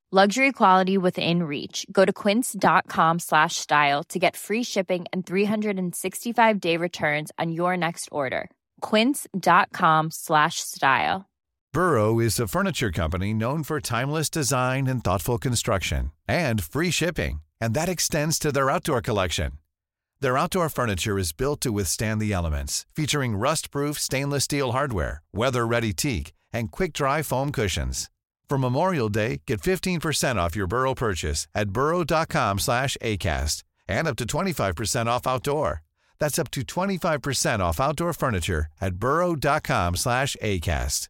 Luxury quality within reach. Go to quince.com slash style to get free shipping and three sixty-five day returns on your next order. Quince.com slash style. Burrow is a furniture company known for timeless design and thoughtful construction and free shipping, and that extends to their outdoor collection. Their outdoor furniture is built to withstand the elements, featuring rust-proof stainless steel hardware, weather-ready teak, and quick-dry foam cushions. For Memorial Day, get fifteen percent off your Burrow purchase at burrow.com slash ACAST and up to twenty-five percent off outdoor. That's up to twenty-five percent off outdoor furniture at burrow.com slash ACAST.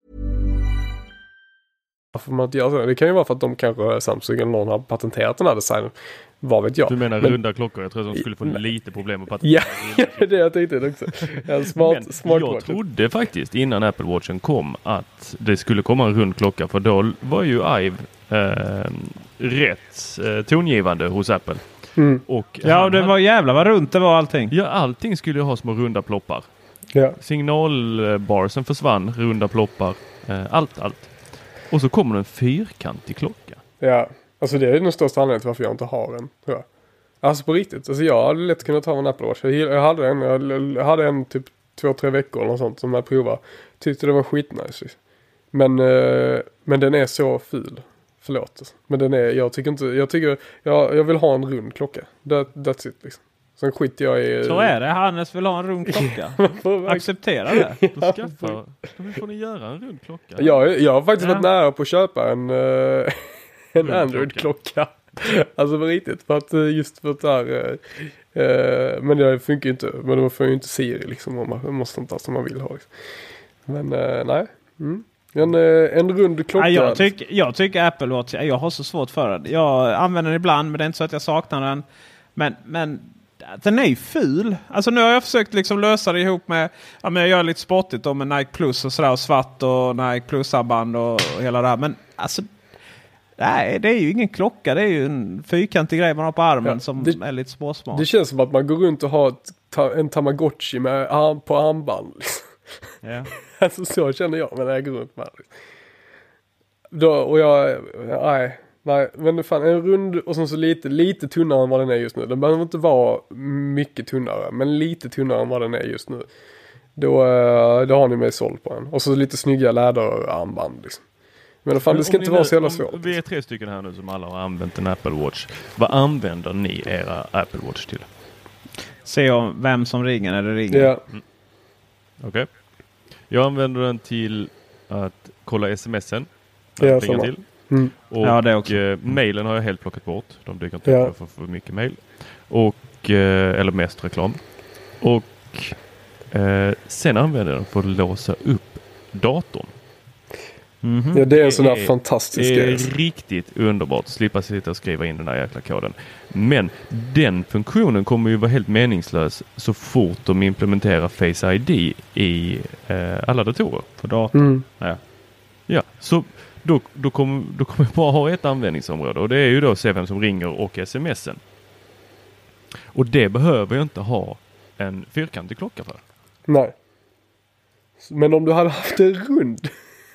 Varför man inte gör så? Det kan ju vara för att de kanske, Samsung eller någon har patenterat den här designen. Vad vet jag. Du menar men, runda klockor? Jag tror att de skulle få men, lite problem att patentera. Ja, det är det jag tänkte också. En smart, men smart jag watch. trodde faktiskt innan Apple Watchen kom att det skulle komma en rund klocka. För då var ju Ive eh, rätt eh, tongivande hos Apple. Mm. Och ja, och det var jävla vad runt det var allting. Ja, allting skulle ju ha små runda ploppar. Ja. Signalbarsen försvann, runda ploppar. Eh, allt, allt. Och så kommer en fyrkantig klocka. Ja, alltså det är den största anledningen till varför jag inte har en, tror jag. Alltså på riktigt, alltså jag hade lätt kunnat ha en Apple Watch. Jag hade en, jag hade en typ två, tre veckor eller något sånt som jag provade. Tyckte det var skitnice. Men, men den är så ful. Förlåt. Men den är, jag tycker inte, jag tycker, jag, jag vill ha en rund klocka. That, that's it liksom. Sen skiter jag i... Så är det, Hannes vill ha en rund klocka. Acceptera det. Då skaffa, då får ni göra en rund klocka. Jag, jag har faktiskt ja. varit nära på att köpa en, uh, en Android-klocka. Alltså på riktigt. För att, just för att där... Uh, men det funkar ju inte. Men då får ju inte Siri liksom. Man måste inte ha som man vill ha. Liksom. Men uh, nej. Mm. En, en rund klocka. Ja, jag, tyck, jag tycker Apple Watch, jag har så svårt för det. Jag använder den ibland, men det är inte så att jag saknar den. Men, men den är ju ful. Alltså nu har jag försökt liksom lösa det ihop med, ja men jag gör lite sportigt då med Nike Plus och sådär, och svart och Nike Plus-band och, och hela det här. Men alltså, nej, det är ju ingen klocka. Det är ju en fyrkantig grej man har på armen ja, som det, är lite småsmart. Det känns som att man går runt och har ett, en Tamagotchi med arm på armband. Liksom. Ja. Alltså så känner jag när jag går runt med det. Då, och jag, nej, nej, men fan en rund och så, så lite, lite tunnare än vad den är just nu. Den behöver inte vara mycket tunnare, men lite tunnare än vad den är just nu. Då, då har ni mig såld på den. Och så lite snygga läderarmband liksom. Men fan, det ska inte vara så jävla svårt. Vi är tre stycken här nu som alla har använt en Apple Watch. Vad använder ni era Apple Watch till? Se om vem som ringer när det ringer. Ja. Mm. Okej. Okay. Jag använder den till att kolla smsen. Ja, till. Mm. Och ja, det också. Eh, mailen har jag helt plockat bort. De dyker inte ja. upp för för mycket mail. Och, eh, eller mest reklam. Och eh, sen använder jag den för att låsa upp datorn. Mm-hmm. Ja, det är en sån där fantastisk grej. Det är grej. riktigt underbart att slippa sitta och skriva in den där jäkla koden. Men den funktionen kommer ju vara helt meningslös så fort de implementerar Face I D i eh, alla datorer på datorn. Mm. Ja. Ja, så då, då kommer då kommer jag bara ha ett användningsområde och det är ju då se vem som ringer och smsen. Och det behöver jag inte ha en fyrkantig klocka för. Nej. Men om du hade haft en rund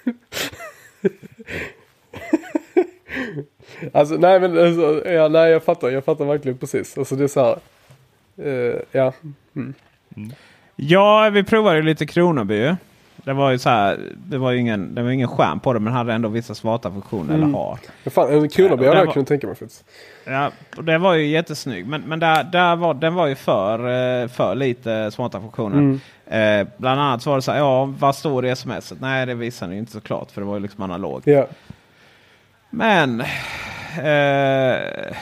alltså nej men alltså, ja, nej jag fattar jag fattar verkligen precis alltså det är så här uh, ja mm. Mm. Ja vi provade lite Kronoby. Det var ju så här det var ju ingen det var ingen skärm på det men hade ändå vissa smarta funktioner mm. eller har. Ja fan en Kronoby hade jag kunnat tänka mig faktiskt. Ja och det var ju jättesnygg men men där där var den var ju för för lite smarta funktioner. Mm. Eh, bland annat så var det så här, ja, vad står det i smset? Nej, det visar ju inte så klart för det var ju liksom analog. Yeah. Men eh,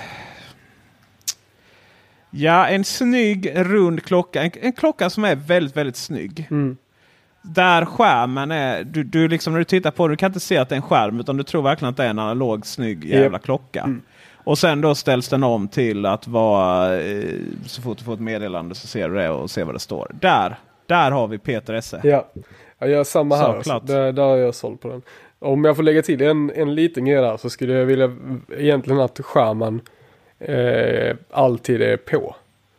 ja, en snygg rund klocka. En, en klocka som är väldigt, väldigt snygg. Mm. Där skärmen är, du, du liksom när du tittar på den, du kan inte se att det är en skärm utan du tror verkligen att det är en analog, snygg jävla yep. klocka. Mm. Och sen då ställs den om till att vara, eh, så fort du får ett meddelande så ser du det och ser vad det står. Där. Där har vi Peter Esse. Ja, jag gör samma här. Alltså. Där, där har jag sålt på den. Om jag får lägga till en, en liten grej där så skulle jag vilja egentligen att skärmen eh, alltid är på.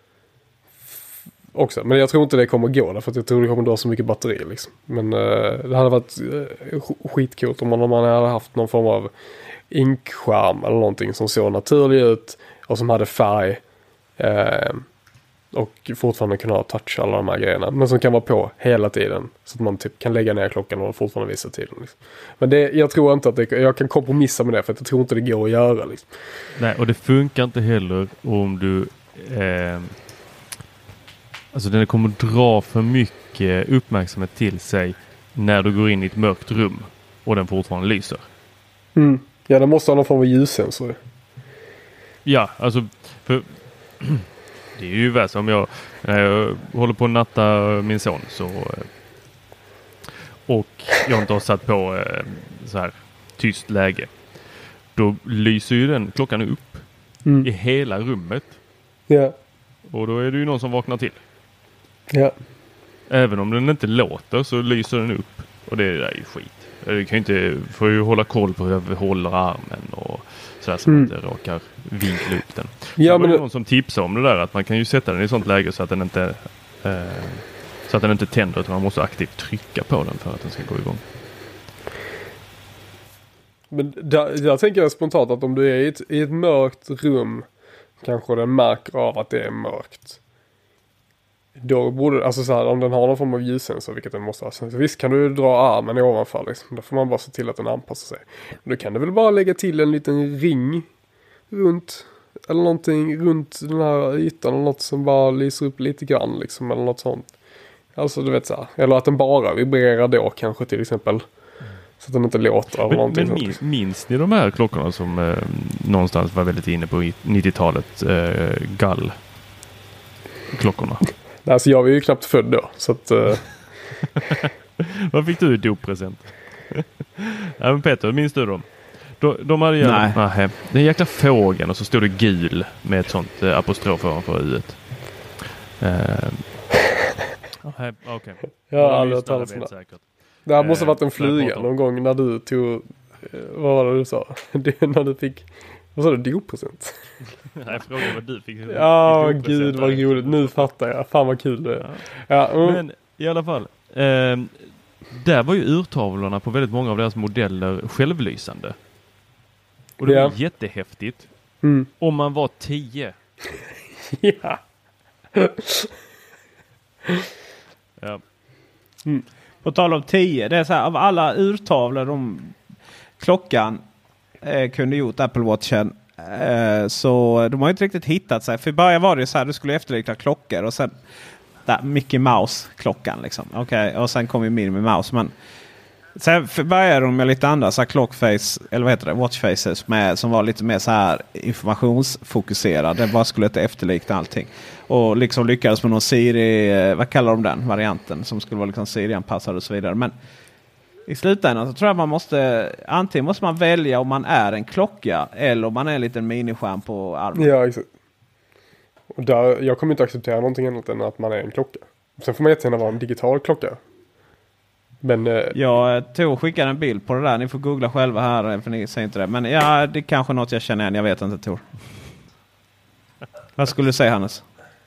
Också. Men jag tror inte det kommer gå därför att jag tror det kommer dra så mycket batteri liksom. Men eh, det hade varit eh, skitcoolt om man, om man hade haft någon form av inkskärm eller någonting som såg naturlig ut och som hade färg eh, och fortfarande kunna ha touch alla de här grejerna, men som kan vara på hela tiden så att man typ kan lägga ner klockan och fortfarande visa tiden liksom. Men det, jag tror inte att det, jag kan kompromissa med det, för att jag tror inte det går att göra liksom. Nej, och det funkar inte heller om du eh, alltså den kommer dra för mycket uppmärksamhet till sig när du går in i ett mörkt rum och den fortfarande lyser. Mm. Ja, det måste ha någon form av ljussensor. Ja, alltså för det är ju värst om jag, när jag håller på att natta min son så och jag inte har satt på så här tyst läge. Då lyser ju den klockan upp mm. i hela rummet. Ja. Och då är det ju någon som vaknar till. Ja. Även om den inte låter så lyser den upp. Och det är ju skit. Du kan ju inte, får ju hålla koll på hur jag håller armen och sådär så mm. att det råkar vinkla upp den. Ja, det var men... någon som tipsade om det där, att man kan ju sätta den i sånt läge så att den inte eh, så att den inte tänder, utan man måste aktivt trycka på den för att den ska gå igång. Men där, jag tänker spontant att om du är i ett, i ett mörkt rum, kanske den märker av att det är mörkt. Då borde, alltså så här, om den har någon form av ljussensor, vilket den måste ha. Så visst kan du dra armen i ovanfall liksom. Då får man bara se till att den anpassar sig. Då kan du väl bara lägga till en liten ring runt, eller någonting runt den här ytan, eller något som bara lyser upp lite grann liksom, eller något sånt. Alltså du vet så här. Eller att den bara vibrerar då kanske till exempel. Så att den inte låter eller men, någonting men minns, minns ni de här klockorna som eh, någonstans var väldigt inne på nittiotalet eh, gall klockorna? Alltså jag var ju knappt född då, så att... Uh... Vad fick du i doppresent? Ja, men Peter, minns du dem? De, de hade ju... Nej. Nähä. Den jäkla fågeln och så stod det gul med ett sånt eh, apostrof ovanför huvudet. Uh... Okej. Okay. Ja, aldrig talat sådär. Säkert. Det här måste ha varit en flyga någon gång när du tog... Vad var det du sa? Det, när du fick... Vad sa du? Doppresent? Nej, frågan vad du fick. Ja, gud vad roligt. Nu fattar jag. Fan vad kul det är. Ja. Ja, mm. Men i alla fall. Eh, där var ju urtavlorna på väldigt många av deras modeller självlysande. Och det ja. var jättehäftigt. Mm. Om man var tio. Ja. Ja. Mm. På tal om tio. Det är så här, av alla urtavlor de klockan eh, kunde gjort Apple Watchen. Eh, så de har inte riktigt hittat sig. För i början var det så här, du skulle efterlikna klockor. Och sen där, Mickey Mouse-klockan liksom. Okej, okay, och sen kom ju Minnie Mouse. Men sen började de med lite andra så här clockface, eller vad heter det, watchfaces med, som var lite mer så här informationsfokuserade. Det bara skulle inte efterlikna allting. Och liksom lyckades med någon Siri, vad kallar de den varianten, som skulle vara liksom Siri-anpassad och så vidare. Men i slutändan så tror jag man måste, antingen måste man välja om man är en klocka eller om man är en liten miniskärm på armen. Ja, exakt. Och där, jag kommer inte acceptera någonting annat än att man är en klocka. Sen får man jättegärna vara en digital klocka. Men, eh, jag tog och skickade en bild på det där. Ni får googla själva här, för ni säger inte det. Men ja, det är kanske något jag känner igen. Jag vet inte, Tor. Vad skulle du säga, Hannes?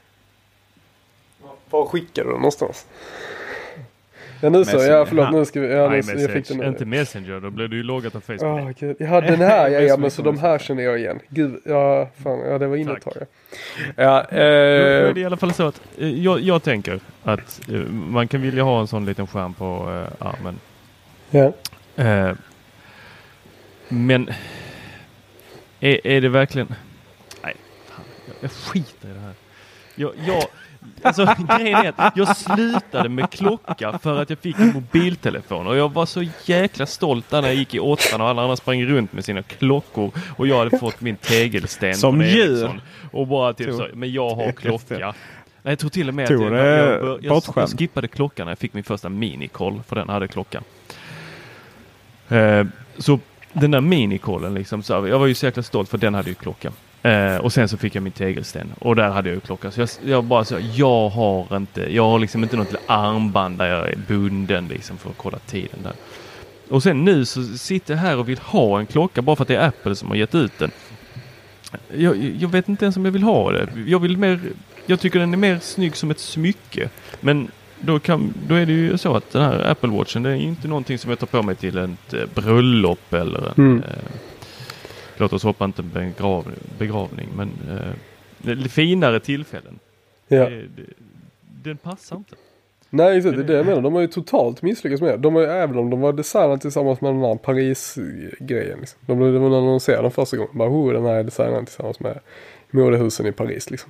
Var skickar du någonstans? Ja, nu så. Ja, förlåt. Nu ska vi... Ja, nu, jag fick den. Inte Messenger, då blev du ju loggat av Facebook. Oh, Gud. Jag hade den här, ja, ja, men så de här känner jag igen. Gud, ja, fan, ja, det var innettagare. Ja, eh... det är i alla fall så att eh, jag, jag tänker att eh, man kan vilja ha en sån liten skärm på eh, armen. Ja. Eh, men är, är det verkligen... Nej, fan, jag, jag skiter i det här. Jag... jag Alltså grejen är att jag slutade med klocka för att jag fick en mobiltelefon. Och jag var så jäkla stolt när jag gick i åttan och alla andra sprang runt med sina klockor. Och jag hade fått min tegelsten som djur. Och bara typ så, men jag har klocka. Nej, jag tror till och med att jag, jag, jag, jag, jag skippade klockan när jag fick min första minikoll. För den hade klockan. Eh, så den där minikollen liksom, så jag var ju så jäkla stolt för den hade ju klockan. Uh, och sen så fick jag min tegelsten. Och där hade jag ju klocka. Så jag, jag bara så, jag har inte, jag har liksom inte något armband där jag är bunden liksom för att kolla tiden där. Och sen nu så sitter jag här och vill ha en klocka bara för att det är Apple som har gett ut den. Jag, jag vet inte ens om jag vill ha det. Jag vill mer, jag tycker den är mer snygg som ett smycke. Men då, kan, då är det ju så att den här Apple Watchen, det är inte någonting som jag tar på mig till ett bröllop eller en... Mm. Eh, låt oss hoppa inte begrav, begravning, men eh, finare tillfällen. Ja. Det, det, den passar inte. Nej, det är det jag menar. De har ju totalt misslyckats med det. De har ju, även om de var designade tillsammans med den här Paris-grejen. Liksom. De blev när de ser den första gången. Bara, oh, den här är designad tillsammans med modehusen i Paris. Liksom.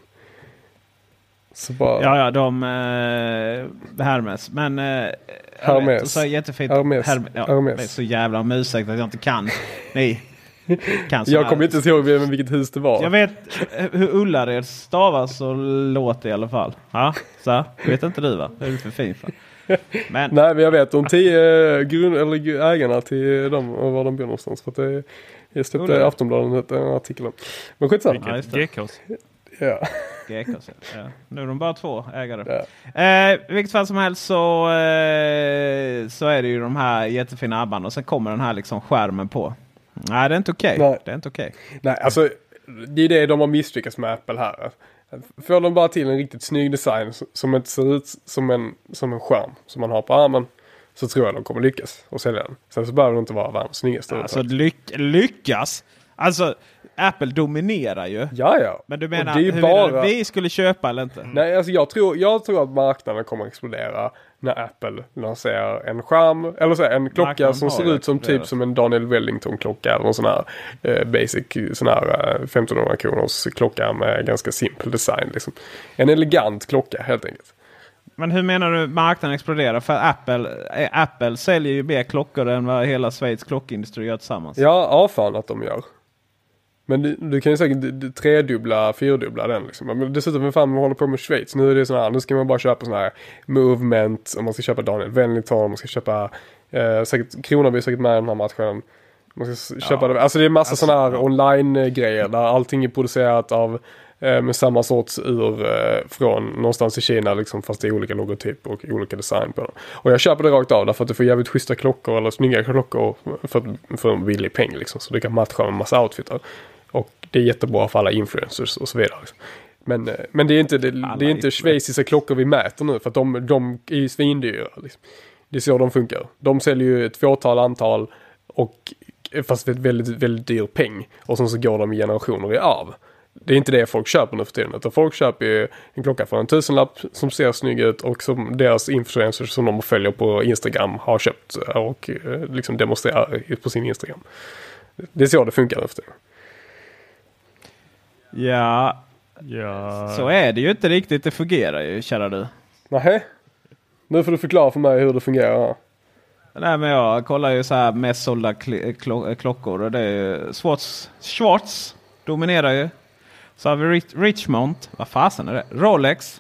Så bara... Ja, ja, de... Eh, Hermes. Men... Eh, Hermes. Så jättefint. Hermes. Hermes. Ja, Hermes. det är så jävla om ursäkt att jag inte kan. Nej. Kan jag kommer inte ihåg vilket hus det var. Jag vet hur Ullared stavas och låter i alla fall. Ja, så vet inte du, va? Det är för fint. Men nej, men jag vet de tio grund eller ägarna till dem och var de bor någonstans, för att det jag släppte Ullared. Aftonbladet en artikel om. Men skitsamma. Ja, G Ks. Ja. G Ks. Ja. Nu är de bara två ägare. Ja. Eh, I vilket fall som helst så eh, så är det ju de här jättefina abban och sen kommer den här liksom skärmen på. Nej, det är inte okej. Okay. Det är inte okej. Okay. Nej, alltså det är det de har misslyckats med Apple här. Får de bara till en riktigt snygg design som inte ser ut som en, som en skärm som man har på armen, så tror jag de kommer lyckas och sälja den. Sen så behöver det inte vara världens snyggaste. Alltså lyck- lyckas? Alltså Apple dominerar ju. Ja, ja. Men du menar, hur bara... menar vi skulle köpa eller inte? Nej, alltså jag tror, jag tror att marknaden kommer att explodera när Apple lanserar en skärm, eller så här, en klocka marknaden som ser ut som typ som en Daniel Wellington-klocka eller någon sån här eh, basic sån här eh, femtonhundra kronors klocka med ganska simpel design liksom. En elegant klocka helt enkelt. Men hur menar du marknaden exploderar? För Apple, eh, Apple säljer ju mer klockor än vad hela Schweiz klockindustri gör tillsammans. Ja, ja fan att de gör. Men du, du kan ju säkert tredubbla, fyrdubbla den liksom. Men dessutom, vem fan man håller på med Schweiz? Nu är det sån här, nu ska man bara köpa sån här Movement, om man ska köpa Daniel Wellington, om man ska köpa eh, säkert, Kronan blir säkert med i den här matchen. Man ska köpa ja. det. Alltså det är en massa alltså, såna här ja. online-grejer där allting är producerat av eh, med samma sorts ur eh, från någonstans i Kina liksom, fast det är olika logotyper och olika design på dem. Och jag köper det rakt av därför att du får jävligt schyssta klockor eller snygga klockor för, för en billig peng liksom, så du kan matcha med en massa outfitar. Och det är jättebra för alla influencers och så vidare. Men, men det är inte, det, det är inte schweiziska klockor vi mäter nu. För att de, de är ju svindyra. Liksom. Det är så de funkar. De säljer ju ett fåtal antal. Och fast ett väldigt, väldigt dyr peng. Och sen så går de i generationer i arv. Det är inte det folk köper nu för tiden. Utan folk köper ju en klocka för en tusenlapp som ser snygg ut. Och som deras influencers som de följer på Instagram har köpt. Och liksom demonstrerar på sin Instagram. Det är så det funkar nu för tiden. Ja, ja, så är det ju inte riktigt. Det fungerar ju, kära du. Nähä? Nu får du förklara för mig hur det fungerar. Nej, men jag kollar ju så här mest sålda kl- kl- klockor. Och det är ju Schwartz, Schwartz dominerar ju. Så har vi Rich- Richmond. Vad fasen är det? Rolex.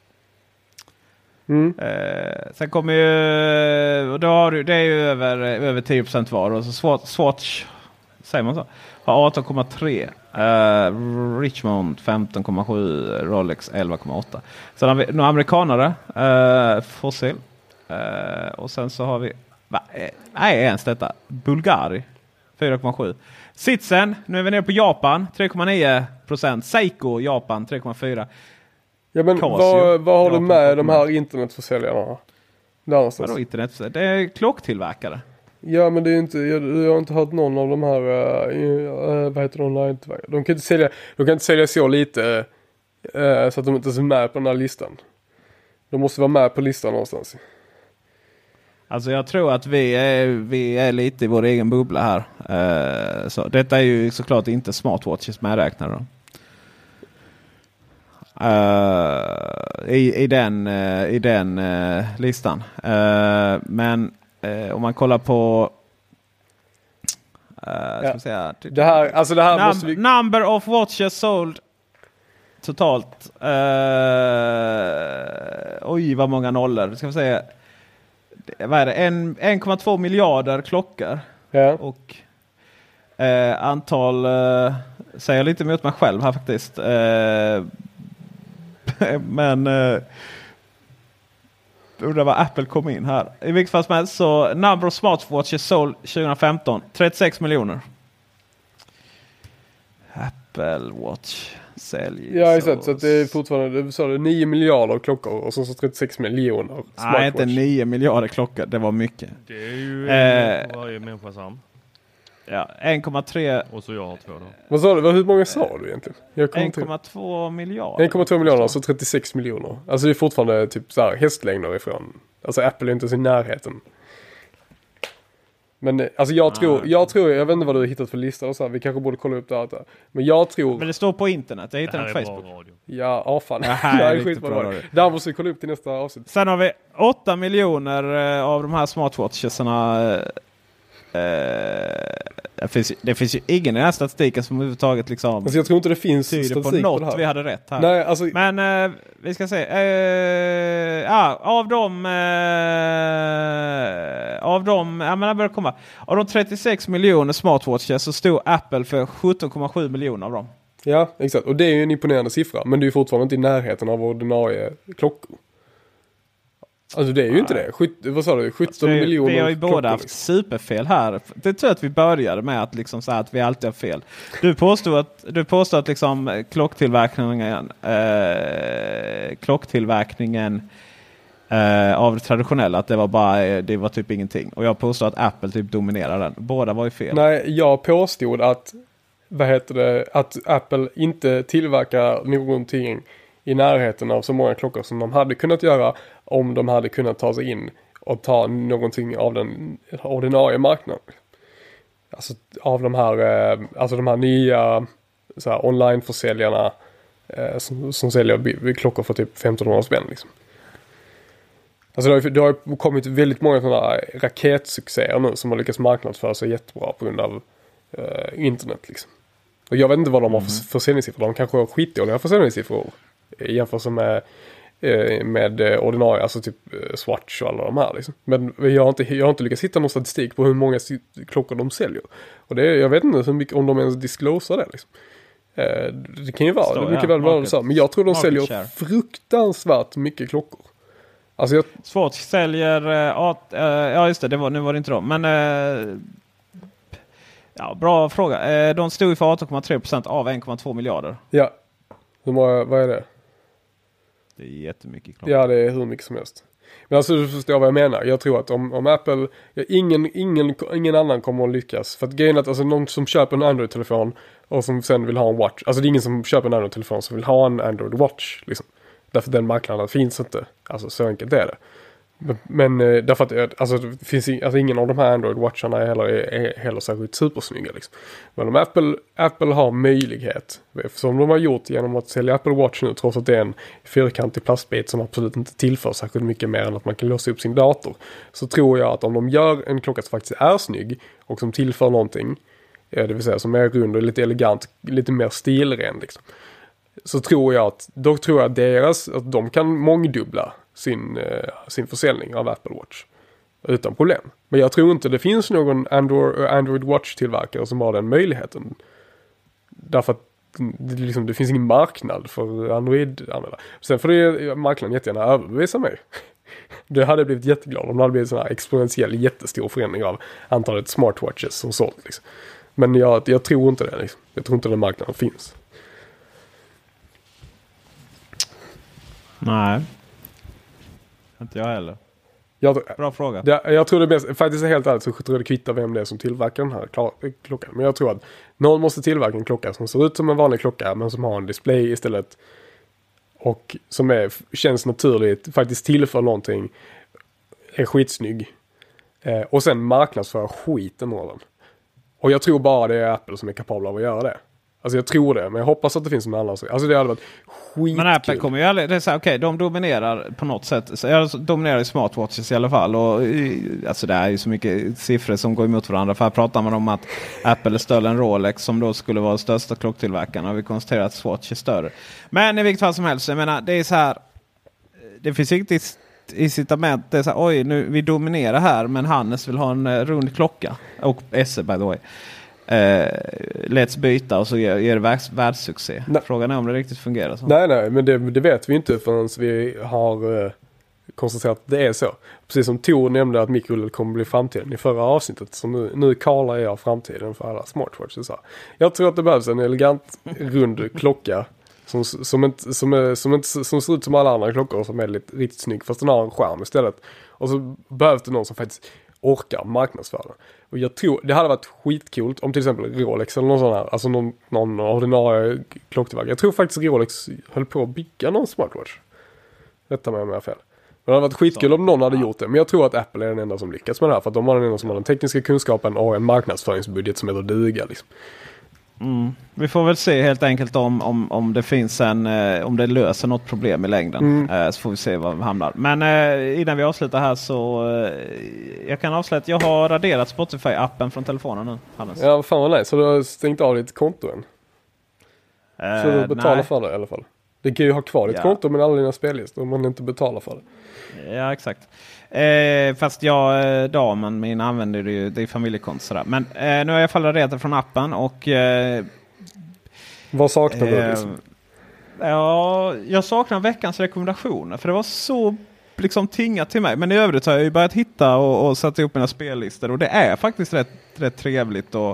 Mm. Eh, sen kommer ju... Och då har du, det är ju över, över tio procent var. Och så Swatch, Swatch säger man så, har arton komma tre. Uh, Richmond femton komma sju, Rolex elva komma åtta. Sen har vi några amerikanare, uh, Fossil. Uh, och sen så har vi, va, nej ens detta, Bulgari fyra komma sju. Sitsen, nu är vi nere på Japan tre komma nio procent. Seiko Japan tre komma fyra. Ja, men Casio, vad, vad har Japan, du med de här internetförsäljarna? Vadå internet? Det är klocktillverkare. Ja, men det är inte, jag, jag har inte hört någon av de här uh, uh, vad heter de online. De kan inte sälja, de kan inte sälja så lite uh, så att de inte är med på den här listan. De måste vara med på listan någonstans. Alltså jag tror att vi är, vi är lite i vår egen bubbla här. Uh, så detta är ju såklart inte smartwatches medräknade då. Uh, i, i den, uh, i den uh, listan. Uh, men Uh, om man kollar på uh, ja. ska vi säga, det här, alltså det här num- måste vi... number of watches sold totalt. Uh, oj, vad många nollor. Ska vi säga, det, vad är det? En, en komma två miljarder klockor. Ja. Och uh, antal uh, säger lite emot mig själv här faktiskt. Uh, men uh, undrar vad Apple kom in här. I vilket fall som helst så number of smartwatches sold tjugo femton trettiosex miljoner. Apple Watch säljer. Ja, exakt. Så att det är fortfarande, du sa det, nio miljarder klockor och så, så trettiosex miljoner. Nej, inte nio miljarder klockor. Det var mycket. Det är ju eh, varje människas arm. Ja, en komma tre. Och så jag har två då. Vad sa du? Hur många sa du egentligen? en komma två miljarder. en komma två miljarder, alltså trettiosex miljoner. Alltså det är fortfarande typ så här hästlängder ifrån. Alltså Apple är inte så i närheten. Men alltså jag tror, jag tror, jag vet inte vad du har hittat för lista och så här. Vi kanske borde kolla upp det här. Men jag tror... Men det står på internet, jag hittar det på Facebook. Ja, ja fan. Det här är skitbra radio. Där måste vi kolla upp till nästa avsnitt. Sen har vi åtta miljoner av de här smartwatchesarna. Eh, det, finns, det finns ju ingen i den här statistiken som överhuvudtaget liksom... Alltså jag tror inte det finns statistik på något på det här. Vi hade rätt här. Nej, alltså... Men eh, vi ska se. Eh, ja, av de... Eh, av de... Ja, men jag börjar komma. Av de trettiosex miljoner smartwatches så stod Apple för sjutton komma sju miljoner av dem. Ja, exakt. Och det är ju en imponerande siffra. Men det är ju fortfarande inte i närheten av ordinarie klockor. Alltså det är ju Nej. inte det. Sjut, vad sa du? sjutton vi, miljoner Vi har ju klockor, båda haft liksom. superfel här. Det tror jag att vi började med att, liksom så här att vi alltid har fel. Du påstod att, du påstod att liksom klocktillverkningen, eh, klocktillverkningen eh, av det traditionella, att det var bara det var typ ingenting. Och jag påstod att Apple typ dominerar den. Båda var ju fel. Nej, jag påstod att vad heter det, att Apple inte tillverkar någonting i närheten av så många klockor som de hade kunnat göra om de hade kunnat ta sig in och ta någonting av den ordinarie marknaden. Alltså av de här, alltså de här nya så här, online-försäljarna eh, som, som säljer b- b- klockor för typ femtonhundra spänn liksom. Alltså det har, det har kommit väldigt många sådana raketsuccéer nu som har lyckats marknadsföra sig jättebra på grund av eh, internet liksom. Och jag vet inte vad de har för försäljningssiffror. De kanske har skitdåliga försäljningssiffror i jämförelse med, med ordinarie, alltså typ Swatch och alla de här liksom. Men jag har, inte, jag har inte lyckats hitta någon statistik på hur många klockor de säljer. Och det, jag vet inte så mycket om de ens disclosar det liksom. Det kan ju vara, Stå, det är mycket ja, väl vara så. Men jag tror de säljer share. fruktansvärt mycket klockor. Alltså jag... Swatch säljer, uh, uh, ja just det, det var, nu var det inte de. Men... Uh... Ja, bra fråga. De stod för arton komma tre procent av en komma två miljarder. Ja. Hur många, vad är det? Det är jättemycket klockor. Ja, det är hur mycket som helst. Men alltså du förstår vad jag menar. Jag tror att om, om Apple, ja, ingen, ingen, ingen annan kommer att lyckas. För att grejen är att alltså, någon som köper en Android-telefon och som sen vill ha en Watch. Alltså det är ingen som köper en Android-telefon som vill ha en Android Watch. Liksom. Därför den marknaden finns inte. Alltså så enkelt är det. Men, men därför att alltså, det finns alltså, ingen av de här Android-watcharna är heller, är, är heller särskilt supersnygga. Liksom. Men om Apple, Apple har möjlighet, som de har gjort genom att sälja Apple Watch nu, trots att det är en fyrkantig plastbit som absolut inte tillför särskilt mycket mer än att man kan låsa upp sin dator, så tror jag att om de gör en klocka som faktiskt är snygg och som tillför någonting, det vill säga som är rund och lite elegant, lite mer stilren liksom, så tror jag att då tror jag deras, att de kan mångdubbla sin, eh, sin försäljning av Apple Watch utan problem. Men jag tror inte det finns någon Android, Android Watch-tillverkare som har den möjligheten. Därför att det, liksom, det finns ingen marknad för Android-användare. Sen får det marknaden jättegärna överbevisa mig. Det hade blivit jätteglad om det hade blivit en sån här exponentiell jättestor förändring av antalet smartwatches som sålt. Liksom. Men jag, jag tror inte det. Liksom. Jag tror inte den marknaden finns. Nej. Inte jag heller. Jag, Bra fråga. Det, jag tror det bäst, faktiskt är helt ärligt så tror jag det kvittar vem det är som tillverkar den här klar, klockan. Men jag tror att någon måste tillverka en klocka som ser ut som en vanlig klocka men som har en display istället. Och som är, känns naturligt, faktiskt tillför någonting, är skitsnygg. Eh, och sen marknadsföra skiten av den. Och jag tror bara det är Apple som är kapabla av att göra det. Alltså jag tror det, men jag hoppas att det finns någon annan. Alltså det hade varit skitkul. Men Apple kommer ju aldrig, det är så här, okej, okay, de dominerar på något sätt. Så jag dominerar i smartwatches i alla fall. Och alltså det är ju så mycket siffror som går emot varandra. För här pratar man om att Apple är större än Rolex som då skulle vara största klocktillverkaren. Och vi konstaterar att Swatch är större. Men i vilket fall som helst, jag menar, det är så här, det finns inget incitament. Det är så här, oj, nu vi dominerar här, men Hannes vill ha en rund klocka. Och S E by the way. Uh, let's byta och så ger, ger det världs, världssuccé. Nej. Frågan är om det riktigt fungerar så. Nej, nej, men det, det vet vi inte förrän vi har uh, konstaterat att det är så. Precis som Tor nämnde att mikro L E D kommer bli framtiden i förra avsnittet. Så nu, nu kallar jag framtiden för alla smartwatches. Jag tror att det behövs en elegant rund klocka som, som, inte, som, är, som, inte, som ser ut som alla andra klockor som är lite riktigt snygg fast den har en skärm istället. Och så behövs det någon som faktiskt orkar marknadsföra. Och jag tror, det hade varit skitcoolt om till exempel Rolex eller någon sån här, alltså någon, någon ordinarie klocktillverkare. Jag tror faktiskt Rolex höll på att bygga någon smartwatch. Rätta mig om jag har fel. Det hade varit skitkul om någon hade gjort det. Men jag tror att Apple är den enda som lyckas med det här. För att de har den enda som har den tekniska kunskapen och en marknadsföringsbudget som heter duga. Liksom. Mm. Vi får väl se helt enkelt om, om, om det finns en eh, om det löser något problem i längden. Mm. Eh, så får vi se var vi hamnar. Men eh, innan vi avslutar här så eh, jag kan avslöja att jag har raderat Spotify-appen från telefonen nu. Hannes. Ja, fan vad nice. Så du har stängt av ditt konto än? Eh, så du betalar nej. för det i alla fall. Det kan ju ha kvar ditt ja. konto men alla dina spellistor om man inte betalar för det. Ja, exakt. Eh, fast jag, damen min använder det ju, det är familjekonto sådär. Men eh, nu har jag i alla fall raderat från appen och... Eh, Vad saknar eh, du liksom? Ja, jag saknar veckans rekommendationer. För det var så liksom tingat till mig. Men i övrigt har jag ju börjat hitta och, och sätta ihop mina spellistor. Och det är faktiskt rätt, rätt trevligt och...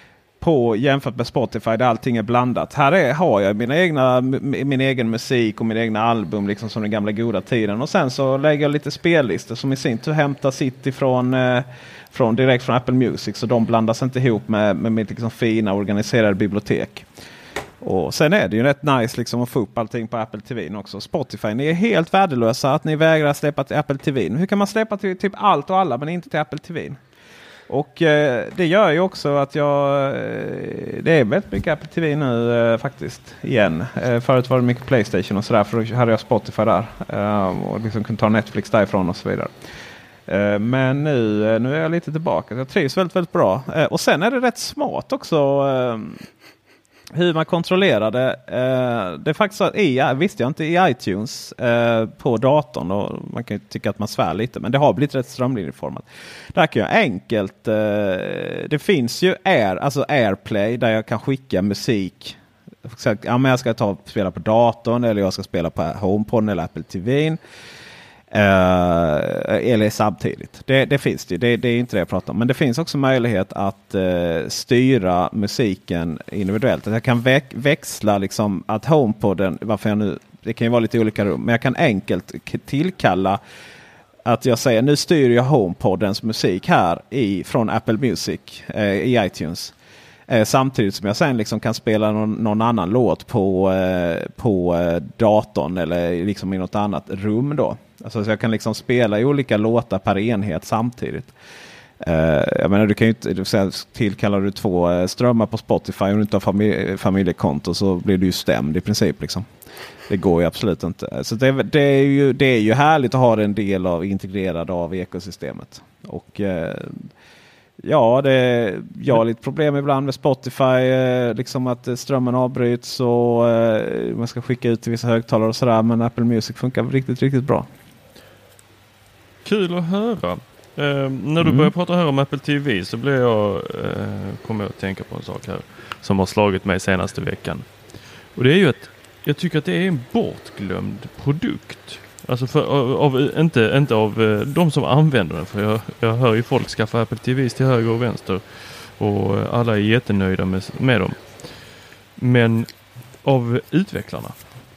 på jämfört med Spotify där allting är blandat. Här är, har jag mina egna, min egen musik och mina egna album liksom som den gamla goda tiden. Och sen så lägger jag lite spellistor som i sin tur hämtar sitt ifrån eh, från, direkt från Apple Music. Så de blandas inte ihop med, med mitt liksom fina organiserade bibliotek. Och sen är det ju rätt nice liksom att få upp allting på Apple T V också. Spotify, ni är helt värdelösa att ni vägrar släppa till Apple T V. Hur kan man släppa till typ allt och alla men inte till Apple T V? Och eh, det gör ju också att jag... Eh, det är väldigt mycket Apple T V nu eh, faktiskt, igen. Eh, förut var det mycket PlayStation och sådär, för då hade jag Spotify där. Eh, och liksom kunde ta Netflix därifrån och så vidare. Eh, men nu, eh, nu är jag lite tillbaka. Jag trivs väldigt, väldigt bra. Eh, och sen är det rätt smart också... Eh, hur man kontrollerar det. Eh, det är faktiskt så att i, visste jag inte i iTunes eh, på datorn. Och man kan ju tycka att man svär lite. Men det har blivit rätt strömlinjeformat. Där kan jag enkelt. Eh, det finns ju Air, alltså AirPlay. Där jag kan skicka musik. Ja, men jag ska ta spela på datorn. Eller jag ska spela på HomePod eller Apple T V. Uh, eller samtidigt. Det, det finns det. det. Det är inte det jag pratar om. Men det finns också möjlighet att uh, styra musiken individuellt. Att jag kan väx- växla liksom att HomePodden, varför jag nu, det kan ju vara lite olika rum, men jag kan enkelt tillkalla att jag säger nu styr jag HomePoddens musik här i, från Apple Music uh, i iTunes. Uh, samtidigt som jag sen liksom kan spela någon, någon annan låt på, uh, på uh, datorn eller liksom i något annat rum då. Alltså så jag kan liksom spela i olika låtar per enhet samtidigt. Uh, jag menar, du kan ju inte, du säger, tillkallar du två uh, strömmar på Spotify och du inte har familj, familjekonto så blir du ju stämd i princip liksom. Det går ju absolut inte. Så det, det, är ju, det är ju härligt att ha en del av integrerad av ekosystemet. Och uh, ja, det, jag har lite problem ibland med Spotify. Uh, liksom att strömmen avbryts och uh, man ska skicka ut till vissa högtalare och sådär. Men Apple Music funkar riktigt, riktigt bra. Kul att höra. Eh, när du mm. börjar prata här om Apple T V så blir jag, eh, kommer jag att tänka på en sak här som har slagit mig senaste veckan. Och det är ju att jag tycker att det är en bortglömd produkt. Alltså för, av, av, inte, inte av eh, de som använder den. För jag, jag hör ju folk skaffa Apple T Vs till höger och vänster. Och alla är jättenöjda med, med dem. Men av utvecklarna.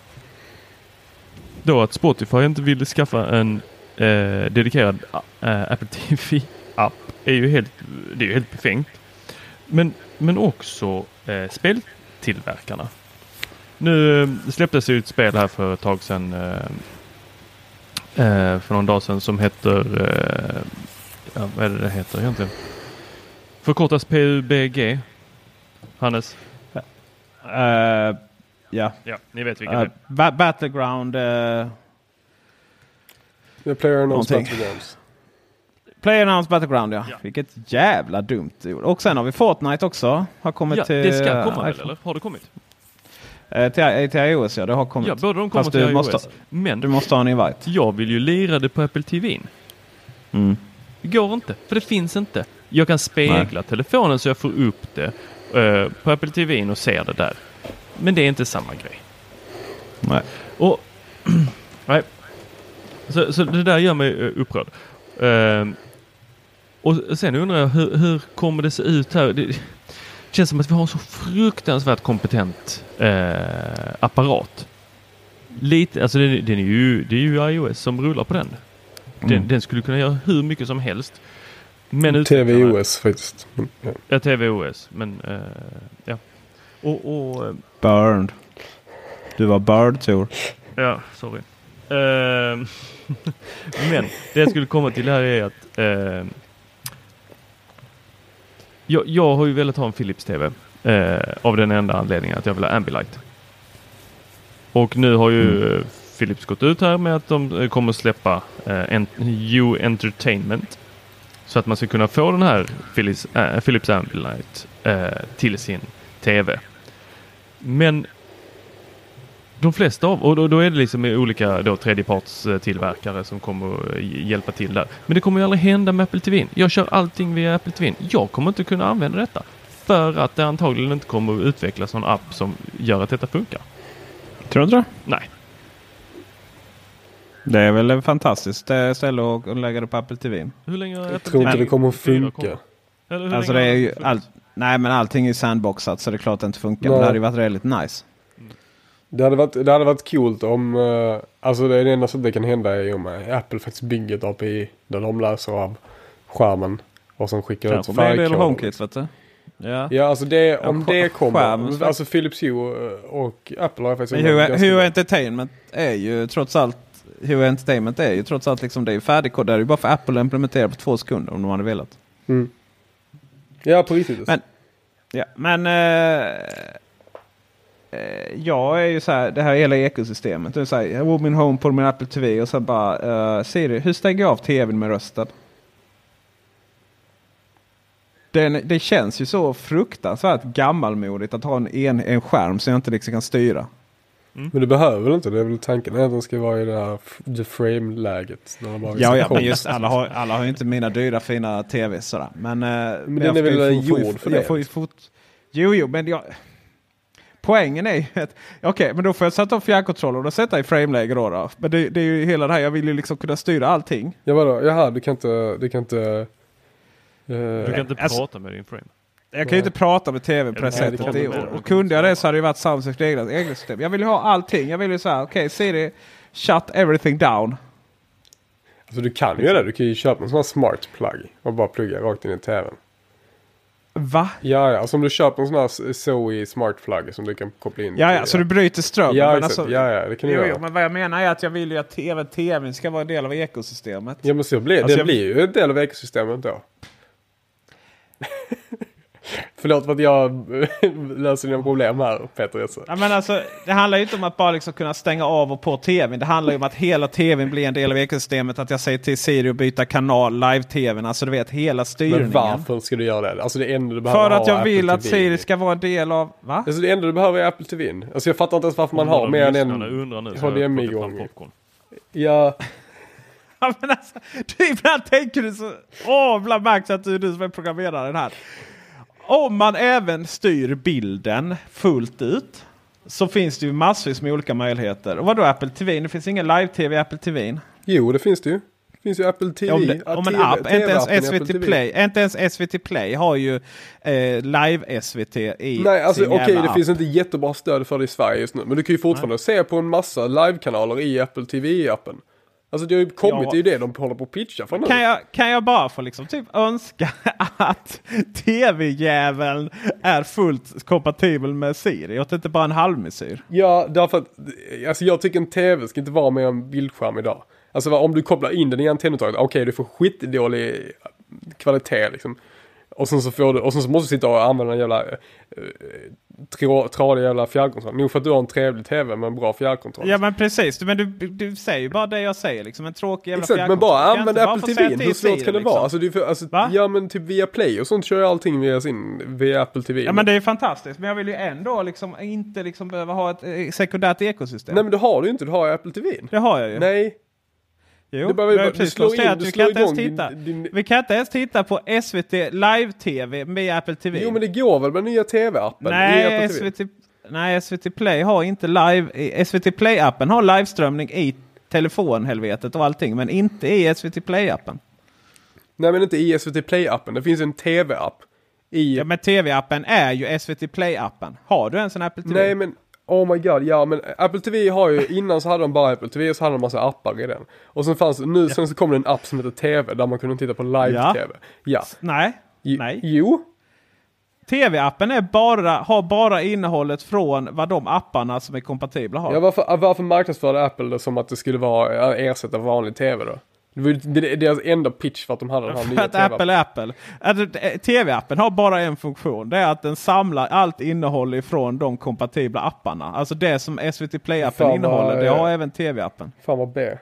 Då att Spotify inte ville skaffa en Eh, dedikerad eh, Apple T V-app är ju helt, det är ju helt befängt. Men, men också eh, speltillverkarna. Nu eh, släpptes ju ett spel här för ett tag sedan, eh, eh, för någon dag sedan, som heter eh, ja, vad är det det heter egentligen? Förkortas P U B G. Hannes? Uh, ja. Ja, ni vet vilken uh, det är. ba- Battleground... Uh... The Player Battlegrounds. Player Battleground, ja. ja. Vilket jävla dumt ord. Och sen har vi Fortnite också. Har kommit ja, till... det ska komma väl, eller? Har det kommit? Eh, till, till iOS, ja. Det har kommit. Ja, båda de kommer till iOS. Måste, men du måste ha en invite. Jag vill ju lira det på Apple T V. Mm. Det går inte, för det finns inte. Jag kan spegla Nej. telefonen så jag får upp det uh, på Apple T V och ser det där. Men det är inte samma grej. Nej. Och... nej. Så, så det där gör mig uh, upprörd. Uh, och sen undrar jag, hur, hur kommer det se ut här? Det känns som att vi har en så fruktansvärt kompetent uh, apparat. Lite, alltså den, den är ju, det är ju iOS som rullar på den. Den, mm. den skulle kunna göra hur mycket som helst. Men T V O S faktiskt. Ja, ja T V O S. Men uh, ja. Och, och uh, Burned. Du var Bird Tour. Ja, sorry. Uh, men det jag skulle komma till här är att uh, jag, jag har ju velat ha en Philips T V uh, av den enda anledningen att jag vill ha Ambilight. Och nu har ju mm. Philips gått ut här med att de kommer släppa uh, U Entertainment så att man ska kunna få den här Philips, uh, Philips Ambilight uh, till sin T V. Men de flesta av, och då, då är det liksom olika då, tredjeparts tillverkare som kommer hjälpa till där. Men det kommer ju aldrig hända med Apple T V. Jag kör allting via Apple T V. Jag kommer inte kunna använda detta. För att det antagligen inte kommer att utvecklas någon app som gör att detta funkar. Tror du inte det? Nej. Det är väl ett fantastiskt ställe att lägga det på Apple T V. Hur länge jag tror inte det kommer att funka. Eller hur alltså det är ju all, nej men allting är sandboxat så det är klart att det inte funkar. Nej. Men det hade ju varit väldigt nice. Det hade varit, det hade varit coolt om uh, alltså det är det enda som det kan hända är om uh, Apple faktiskt bygger ett A P I där de läser av skärmen och som skickar kanske ut färgkod. Kanske HomeKit, vet du? Ja, ja alltså det, om ja, det kommer skärmen, alltså Philips Hue och Apple har faktiskt Hue, Hue Entertainment är ju trots allt Hue Entertainment är ju trots allt liksom det är färdigkod. Det är ju bara för Apple att implementera på två sekunder om de hade velat. Mm. Ja, på riktigt. Men, ja, men eh, eh, jag är ju så här, det här hela ekosystemet. Det är så här, jag har min home på min Apple T V och så bara, uh, Siri, hur stänger jag av T V:n med rösten? Det, det känns ju så fruktansvärt gammalmodigt att ha en, en, en skärm som jag inte liksom kan styra. Mm. Men det behöver väl inte, det är väl tanken att de ska vara i det här the frame-läget. Ja, ja, men just alla har, alla har ju inte mina dyra fina T V sådär. Men, men, men den är väl en jord för det? Jag får ju fot, jo, jo, men jag, poängen är ju att, okej, okay, men då får jag sätta upp fjärrkontroller och sätta i frame-läge då, då. Men det, det är ju hela det här, jag vill ju liksom kunna styra allting. Ja, vadå? Jaha, du kan inte, du kan inte... Uh, du kan inte alltså, prata med din frame. Jag kan ju inte prata med T V på det sättet. Det, och, och kunde jag det så hade det varit Samsungs egna, egna system. Jag vill ju ha allting. Jag vill ju säga, okej, okay, Siri, shut everything down. Alltså du kan ju det. Du kan ju köpa en sån här smart plug och bara plugga rakt in i T V:n. Va? Ja, ja. Alltså om du köper en sån här Zoe smart plug som du kan koppla in. Ja, ja. Så du bryter ström. Ja, men alltså, ja, ja. Det kan du jo, göra. Jo, men vad jag menar är att jag vill ju att T V, T V:n ska vara en del av ekosystemet. Ja, men så blir alltså, det jag... blir ju en del av ekosystemet då. Förlåt för att jag löser dina problem här, Peter. Ja, men alltså, det handlar ju inte om att bara liksom kunna stänga av och på T V:n. Det handlar ju om att hela T V:n blir en del av ekosystemet. Att jag säger till Siri att byta kanal, live-T V:n. Alltså du vet, hela styrningen. Men varför ska du göra det? Alltså det enda du behöver För att jag ha vill Apple att T V. Siri ska vara en del av... Va? Alltså det enda du behöver är Apple T V. Alltså jag fattar inte ens varför man har mer än en H D M I-gång. Ja... Ja, men alltså, du ibland tänker du så... Åh, ibland märks att du är du som är programmeraren här. Om man även styr bilden fullt ut så finns det ju massvis med olika möjligheter. Och vad då Apple T V? Det finns ingen live-T V i Apple T V. Jo, det finns det ju. Det finns ju Apple T V. Om, det, om en app, inte ens S V T Play. Inte ens S V T Play har ju eh, live-S V T i Nej, alltså okej, okay, det app. finns inte jättebra stöd för det i Sverige just nu. Men du kan ju fortfarande Nej. se på en massa live-kanaler i Apple T V-appen. Alltså det har ju kommit, ja. det är ju det de håller på att pitcha för nu. Kan jag, kan jag bara få liksom typ önska att T V-jäveln är fullt kompatibel med Siri och inte bara en halvmesyr? Ja, därför att alltså jag tycker en T V ska inte vara med en bildskärm idag. Alltså om du kopplar in den i antennuttaget, okej okay, du får skitdålig kvalitet liksom. Och sen så får du, och sen så måste du sitta och använda en jävla uh, tradig jävla fjärrkontroll. Nog för att du har en trevlig T V med en bra fjärrkontroll. Ja men precis, men du, du säger ju bara det jag säger liksom, en tråkig jävla Exakt, fjärrkontroll. men bara använd Apple T V. Hur svårt kan det liksom. vara? Alltså, du, alltså, ja men typ via Play och sånt kör jag allting via sin via Apple T V. Ja men det är fantastiskt, men jag vill ju ändå liksom inte liksom behöva ha ett sekundärt ekosystem. Nej men det har du inte, du har Apple T V. Det har jag ju. Nej. Jo, du behöver, precis slå in, du vi, kan inte ens titta. Din, din... vi kan inte ens titta på S V T Live-T V med Apple T V. Jo, men det går väl med nya T V-appen? Nej, S V T, nej, S V T Play har inte live. S V T Play-appen har liveströmning i telefonhelvetet och allting, men inte i S V T Play-appen. Nej, men inte i S V T Play-appen. Det finns en T V-app. I... Ja, men T V-appen är ju S V T Play-appen. Har du ens en Apple T V? Nej, men Oh my god, ja men Apple T V har ju, innan så hade de bara Apple T V och så hade de en massa appar i den. Och sen fanns, nu sen så kom det en app som heter T V där man kunde titta på live-T V. Ja. Nej, J- nej. Jo. T V-appen är bara, har bara innehållet från vad de apparna som är kompatibla har. Ja, varför, varför marknadsförde Apple det som att det skulle vara ersätta vanlig T V då? Det var det, deras enda pitch för att de hade den här nya För att T V-appen. Apple är Apple. Alltså, T V-appen har bara en funktion. Det är att den samlar allt innehåll ifrån de kompatibla apparna. Alltså det som S V T Play-appen Fan, innehåller, det ja. har även T V-appen. Fan vad B.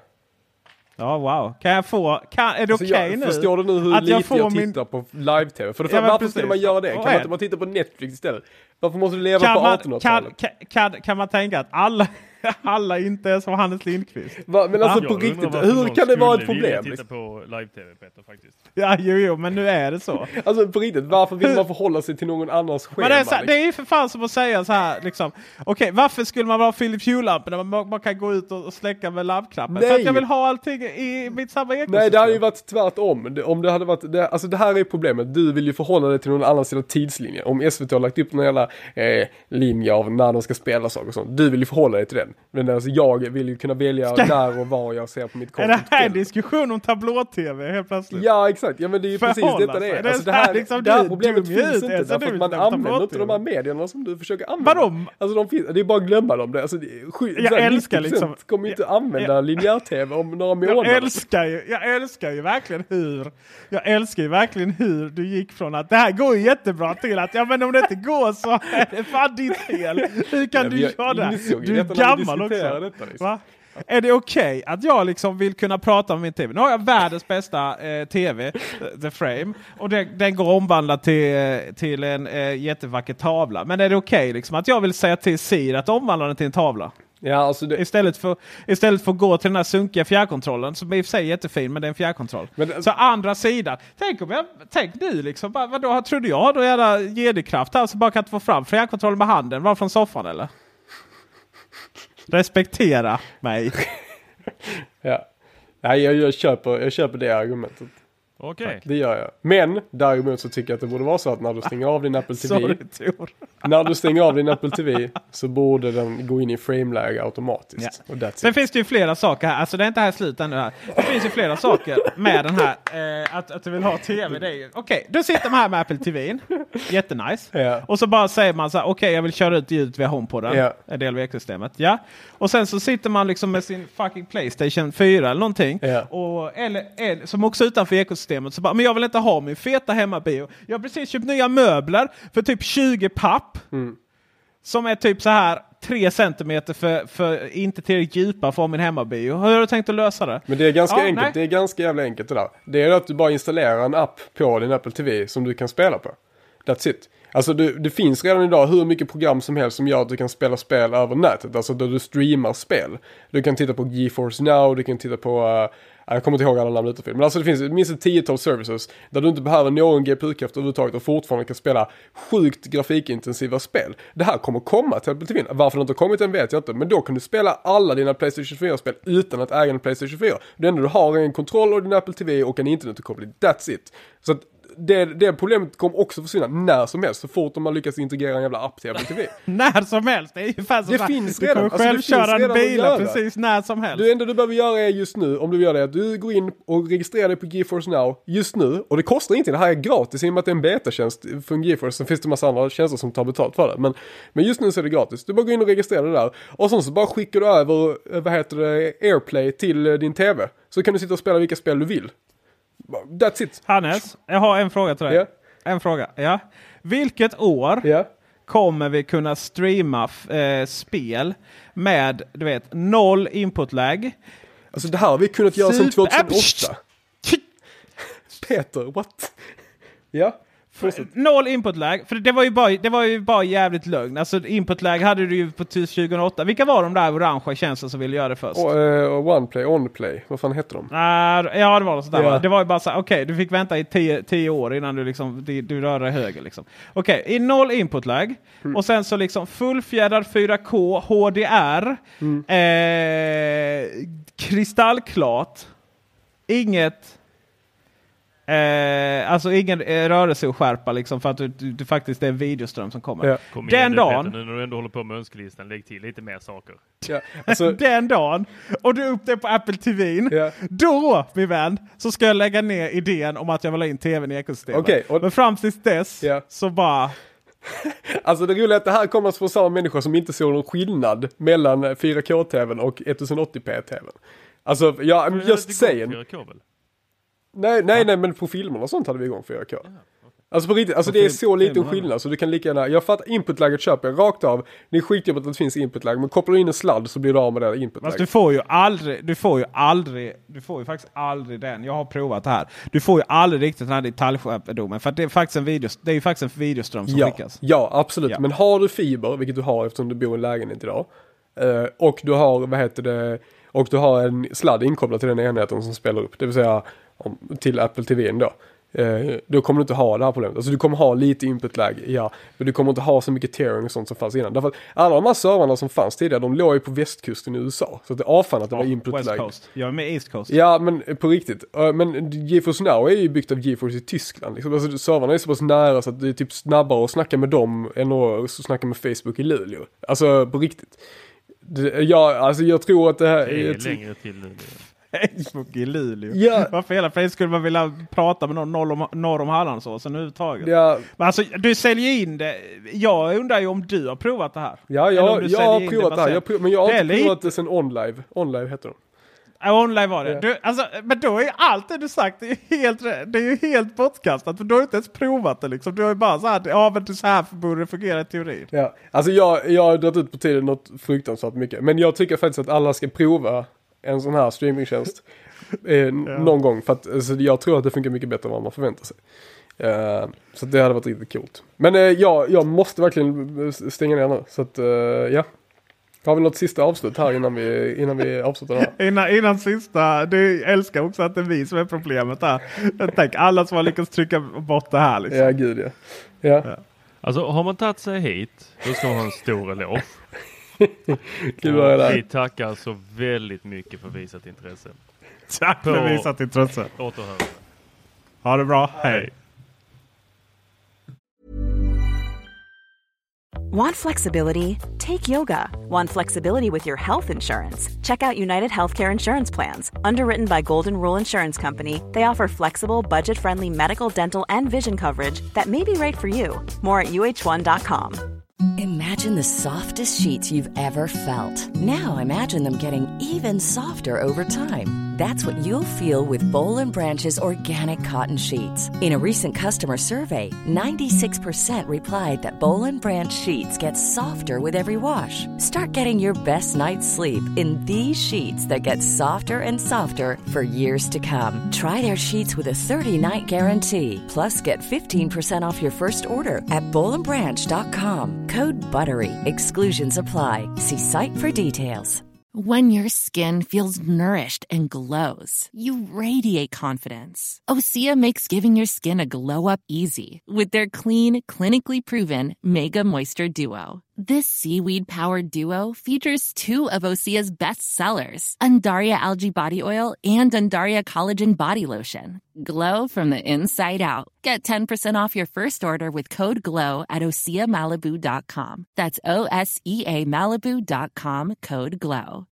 Ja, wow. Kan jag få... Kan, är det Alltså, okej okay nu? Förstår du nu hur att lite jag, får jag min... tittar på live-T V? För det, Ja, varför precis. skulle man göra det? Kan Och man är- inte bara titta på Netflix istället? Varför måste du leva kan, på man, kan, artonhundratalet? kan, kan, kan man tänka att alla, alla inte är som Hannes Lindqvist? Va? Men alltså Jag på undrar riktigt, varför hur någon kan det vara ett skulle vilja problem? titta på live-T V, Peter, faktiskt. Ja, jo, jo, men nu är det så. Alltså på riktigt, varför vill man förhålla sig till någon annans schema? Men det är, så, liksom? det är ju för fan som att säga så här, liksom. Okej, okay, varför skulle man vara Philips Hue-lampor när man, man kan gå ut och, och släcka med lampknappen? För att jag vill ha allting i mitt samma ekosystem. Nej, det hade ju varit tvärtom. Det, om det hade varit, det, alltså det här är problemet. Du vill ju förhålla dig till någon annan sida tidslinje. Om S V T har lagt upp någon jävla eh, linje av när de ska spela saker och sånt. Du vill ju förhålla dig till den. Men alltså, jag vill ju kunna välja Ska... när och var jag ser på mitt konto. Är det här en diskussion om tablå-T V helt plötsligt? Ja, exakt. Ja, men det är ju precis detta det är. Alltså, det här, liksom, det här problemet finns inte. Därför att man använder inte de här medierna som du försöker använda. Vadå? Alltså, de finns, det är bara att glömma dem. Det, alltså, det är sju, jag älskar liksom... kommer inte använda jag, linjär-T V om några månader. Jag älskar, ju, jag älskar ju verkligen hur... Jag älskar ju verkligen hur du gick från att det här går ju jättebra till att ja, men om det inte går så är det fan ditt fel. Hur kan ja, du göra det? Du är gammal också. Detta, liksom. Va? Är det okej okay att jag liksom vill kunna prata med min T V? Nu har jag världens bästa eh, T V, The Frame. Och det, den går omvandlad till, till en eh, jättevacker tavla. Men är det okej okay, liksom, att jag vill säga till Siri att omvandla den till en tavla? Ja, alltså det... istället, för, istället för att gå till den här sunkiga fjärrkontrollen som i och för sig är jättefin, men det är en fjärrkontroll. Det... Så andra sidan, tänk om jag, tänk du liksom, bara, vadå trodde jag då jävla Jedi-kraft här så bara kan inte få fram fjärrkontrollen med handen, var från soffan eller? Respektera mig. Ja. Nej, jag, jag, köper, jag köper det argumentet. Okej. Okay. Det gör jag. Men däremot så tycker jag att det borde vara så att när du stänger av din Apple T V Sorry, Tor. när du stänger av din Apple T V så borde den gå in i frame-läge automatiskt. Ja. Och that's Sen it. finns det ju flera saker här. Alltså det är inte här slut ännu här. Det finns ju flera saker med den här eh, att, att du vill ha T V. Okej, okay, då sitter man här med Apple T V. Jättenice. Ja. Och så bara säger man så här, okej okay, jag vill köra ut ljudet via HomePoden. Ja. En del av ekosystemet. Ja. Och sen så sitter man liksom med sin fucking PlayStation fyra eller någonting. Ja. Och, eller, eller som också utanför ekosystemet. Så bara, men jag vill inte ha min feta hemmabio. Jag har precis köpt nya möbler för typ tjugo papp. Mm. Som är typ så här tre centimeter för, för inte tillräckligt djupa för min hemmabio. Hur har du tänkt att lösa det? Men det är ganska ja, enkelt. Nej. Det är ganska jävla enkelt det där. Det är att du bara installerar en app på din Apple T V som du kan spela på. That's it. Alltså du, det finns redan idag hur mycket program som helst som gör att du kan spela spel över nätet. Alltså där du streamar spel. Du kan titta på GeForce Now, du kan titta på... Uh, jag kommer inte ihåg alla namn utanför. Men alltså det finns minst ett tiotal services där du inte behöver någon G P U-kraft överhuvudtaget och fortfarande kan spela sjukt grafikintensiva spel. Det här kommer komma till Apple T V. Varför det inte har kommit än vet jag inte. Men då kan du spela alla dina PlayStation fyra-spel utan att äga en PlayStation fyra. Det enda du har är en kontroll och din Apple T V och en internetuppkoppling. That's it. Så att det, det problemet kommer också försvinna när som helst så fort man lyckas integrera en jävla app till Apple T V. När som helst. Det är ju fan som det sagt. finns du redan. kan själv alltså, köra en bil precis när som helst. Det enda du behöver göra är just nu, om du vill göra det, är att du går in och registrerar dig på GeForce Now just nu. Och det kostar ingenting. Det här är gratis i och med att det är en betatjänst från GeForce. Sen finns det en massa andra tjänster som tar betalt för det. Men, men just nu så är det gratis. Du bara går in och registrerar det där. Och sen så bara skickar du över, vad heter det, AirPlay till din T V. Så kan du sitta och spela vilka spel du vill. That's it. Hannes, jag har en fråga till dig. Yeah. En fråga, ja. Vilket år yeah. kommer vi kunna streama eh, spel med, du vet, noll input-lag? Alltså det här har vi kunnat göra sedan tjugohundraåtta. Peter, what? Ja. Noll input-lag, för det var ju bara, det var ju bara jävligt lugn. Alltså input-lag hade du ju på tjugohundraåtta. Vilka var de där orangea tjänster som ville göra det först? Och, uh, OnePlay, OnPlay, vad fan heter de? Uh, ja, det var det sådär. Yeah. Det var ju bara så okej, okay, du fick vänta i tio, tio år innan du liksom, du, du rörde dig höger liksom. Okej, okay, i noll input-lag. Mm. Och sen så liksom fullfjädrad fyra K, H D R, mm. eh, kristallklart, inget Eh, alltså ingen eh, rörelseskärpa liksom, för att du, du, du faktiskt är en videoström som kommer. Ja. Kom den igen, dagen... Peter, nu när du ändå håller på med önskelistan, lägg till lite mer saker. Ja, alltså... den dagen, och du är upp det på Apple T V, ja. Då, min vän, så ska jag lägga ner idén om att jag vill ha in tvn i ekosystemet. Okay, och... Men fram tills dess, ja. så bara... Alltså det roliga är att det här kommer från samma människor som inte såg någon skillnad mellan fyra K-tvn och tusen åttio p-tvn. Alltså, jag I'm just saying. fyra K väl? Nej, nej, ja. nej, men på filmerna och sånt hade vi igång fyra K. Ja, okay. Alltså på riktigt, alltså på det är så liten skillnad så du kan lika gärna, jag fattar inputläget köper jag rakt av. Det är skitjobbigt att det finns inputläge, men kopplar du in en sladd så blir du av med det där inputläget. Fast du får ju aldrig, du får ju aldrig, du får ju faktiskt aldrig den. Jag har provat det här. Du får ju aldrig riktigt den här detaljskärpedomen, för att det är faktiskt en video, det är ju faktiskt en videoström som ja, skickas. Ja, absolut. Ja. Men har du fiber, vilket du har eftersom du bor i en lägenhet idag, och du har, vad heter det, och du har en sladd inkopplad till den enheten som spelar upp, det vill säga om, till Apple T V då. Eh, då kommer du inte ha det här problemet. Alltså du kommer ha lite inputläge, ja, men du kommer inte ha så mycket tearing och sånt som fanns innan. Därför att alla de här servrarna som fanns tidigare, de låg ju på västkusten i U S A. Så det avfann att det oh, var inputläge. West Coast. Jag är med East Coast. Ja, men på riktigt. Uh, men GeForce Now är ju byggt av GeForce i Tyskland. Liksom. Alltså servrarna är så pass nära så att det är typ snabbare att snacka med dem än att snacka med Facebook i Luleå. Alltså på riktigt. Det, ja, alltså jag tror att det här det är, är... Ett... längre till Luleå. Facebook i Luleå. Ja. Varför hela Facebook skulle man vilja prata med någon norr om, norr om Hallandsåsen överhuvudtaget? Ja. Men alltså, du säljer in det. Jag undrar ju om du har provat det här. Ja, jag, jag har provat det, det här. Jag prov, men jag har det inte provat lite... det sen OnLive. OnLive heter de. Ja, OnLive var det. Ja. Du, alltså, men då är ju allt det du sagt det är helt, det är ju helt bortkastat. För du har inte ens provat det liksom. Du har ju bara så här, ja men det så här borde det fungera i teorin. Ja, alltså jag, jag har dragit ut på tiden något fruktansvärt mycket. Men jag tycker faktiskt att alla ska prova en sån här streamingtjänst. Eh, ja. Någon gång, för att alltså, jag tror att det funkar mycket bättre än vad man förväntar sig. Uh, så det hade varit riktigt coolt. Men uh, ja, jag måste verkligen stänga ner nu. Så att, uh, ja. Har vi något sista avslut här innan vi, innan vi avslutar det här? innan, innan sista, du älskar också att det är vi som är problemet här. Jag tänker, alla som har lyckats trycka bort det här liksom. Ja, gud ja. Ja. Ja. Alltså, har man tagit sig hit, då ska man ha en stor eloge. Ja, vi tackar så väldigt mycket för visat intresse. Tack för visat intresse. Återhörande. Ha det bra. Hej. Want flexibility? Take yoga. Want flexibility with your health insurance? Check out United Healthcare Insurance Plans. Underwritten by Golden Rule Insurance Company, they offer flexible, budget-friendly medical, dental, and vision coverage that may be right for you. More at U H one dot com. Imagine the softest sheets you've ever felt. Now imagine them getting even softer over time. That's what you'll feel with Boll and Branch's organic cotton sheets. In a recent customer survey, ninety-six percent replied that Boll and Branch sheets get softer with every wash. Start getting your best night's sleep in these sheets that get softer and softer for years to come. Try their sheets with a thirty-night guarantee. Plus, get fifteen percent off your first order at boll and branch dot com. Code BUTTERY. Exclusions apply. See site for details. When your skin feels nourished and glows, you radiate confidence. Osea makes giving your skin a glow-up easy with their clean, clinically proven Mega Moisture Duo. This seaweed-powered duo features two of Osea's best sellers, Undaria Algae Body Oil and Undaria Collagen Body Lotion. Glow from the inside out. Get ten percent off your first order with code GLOW at osea malibu dot com. That's O S E A Malibu dot com, code GLOW.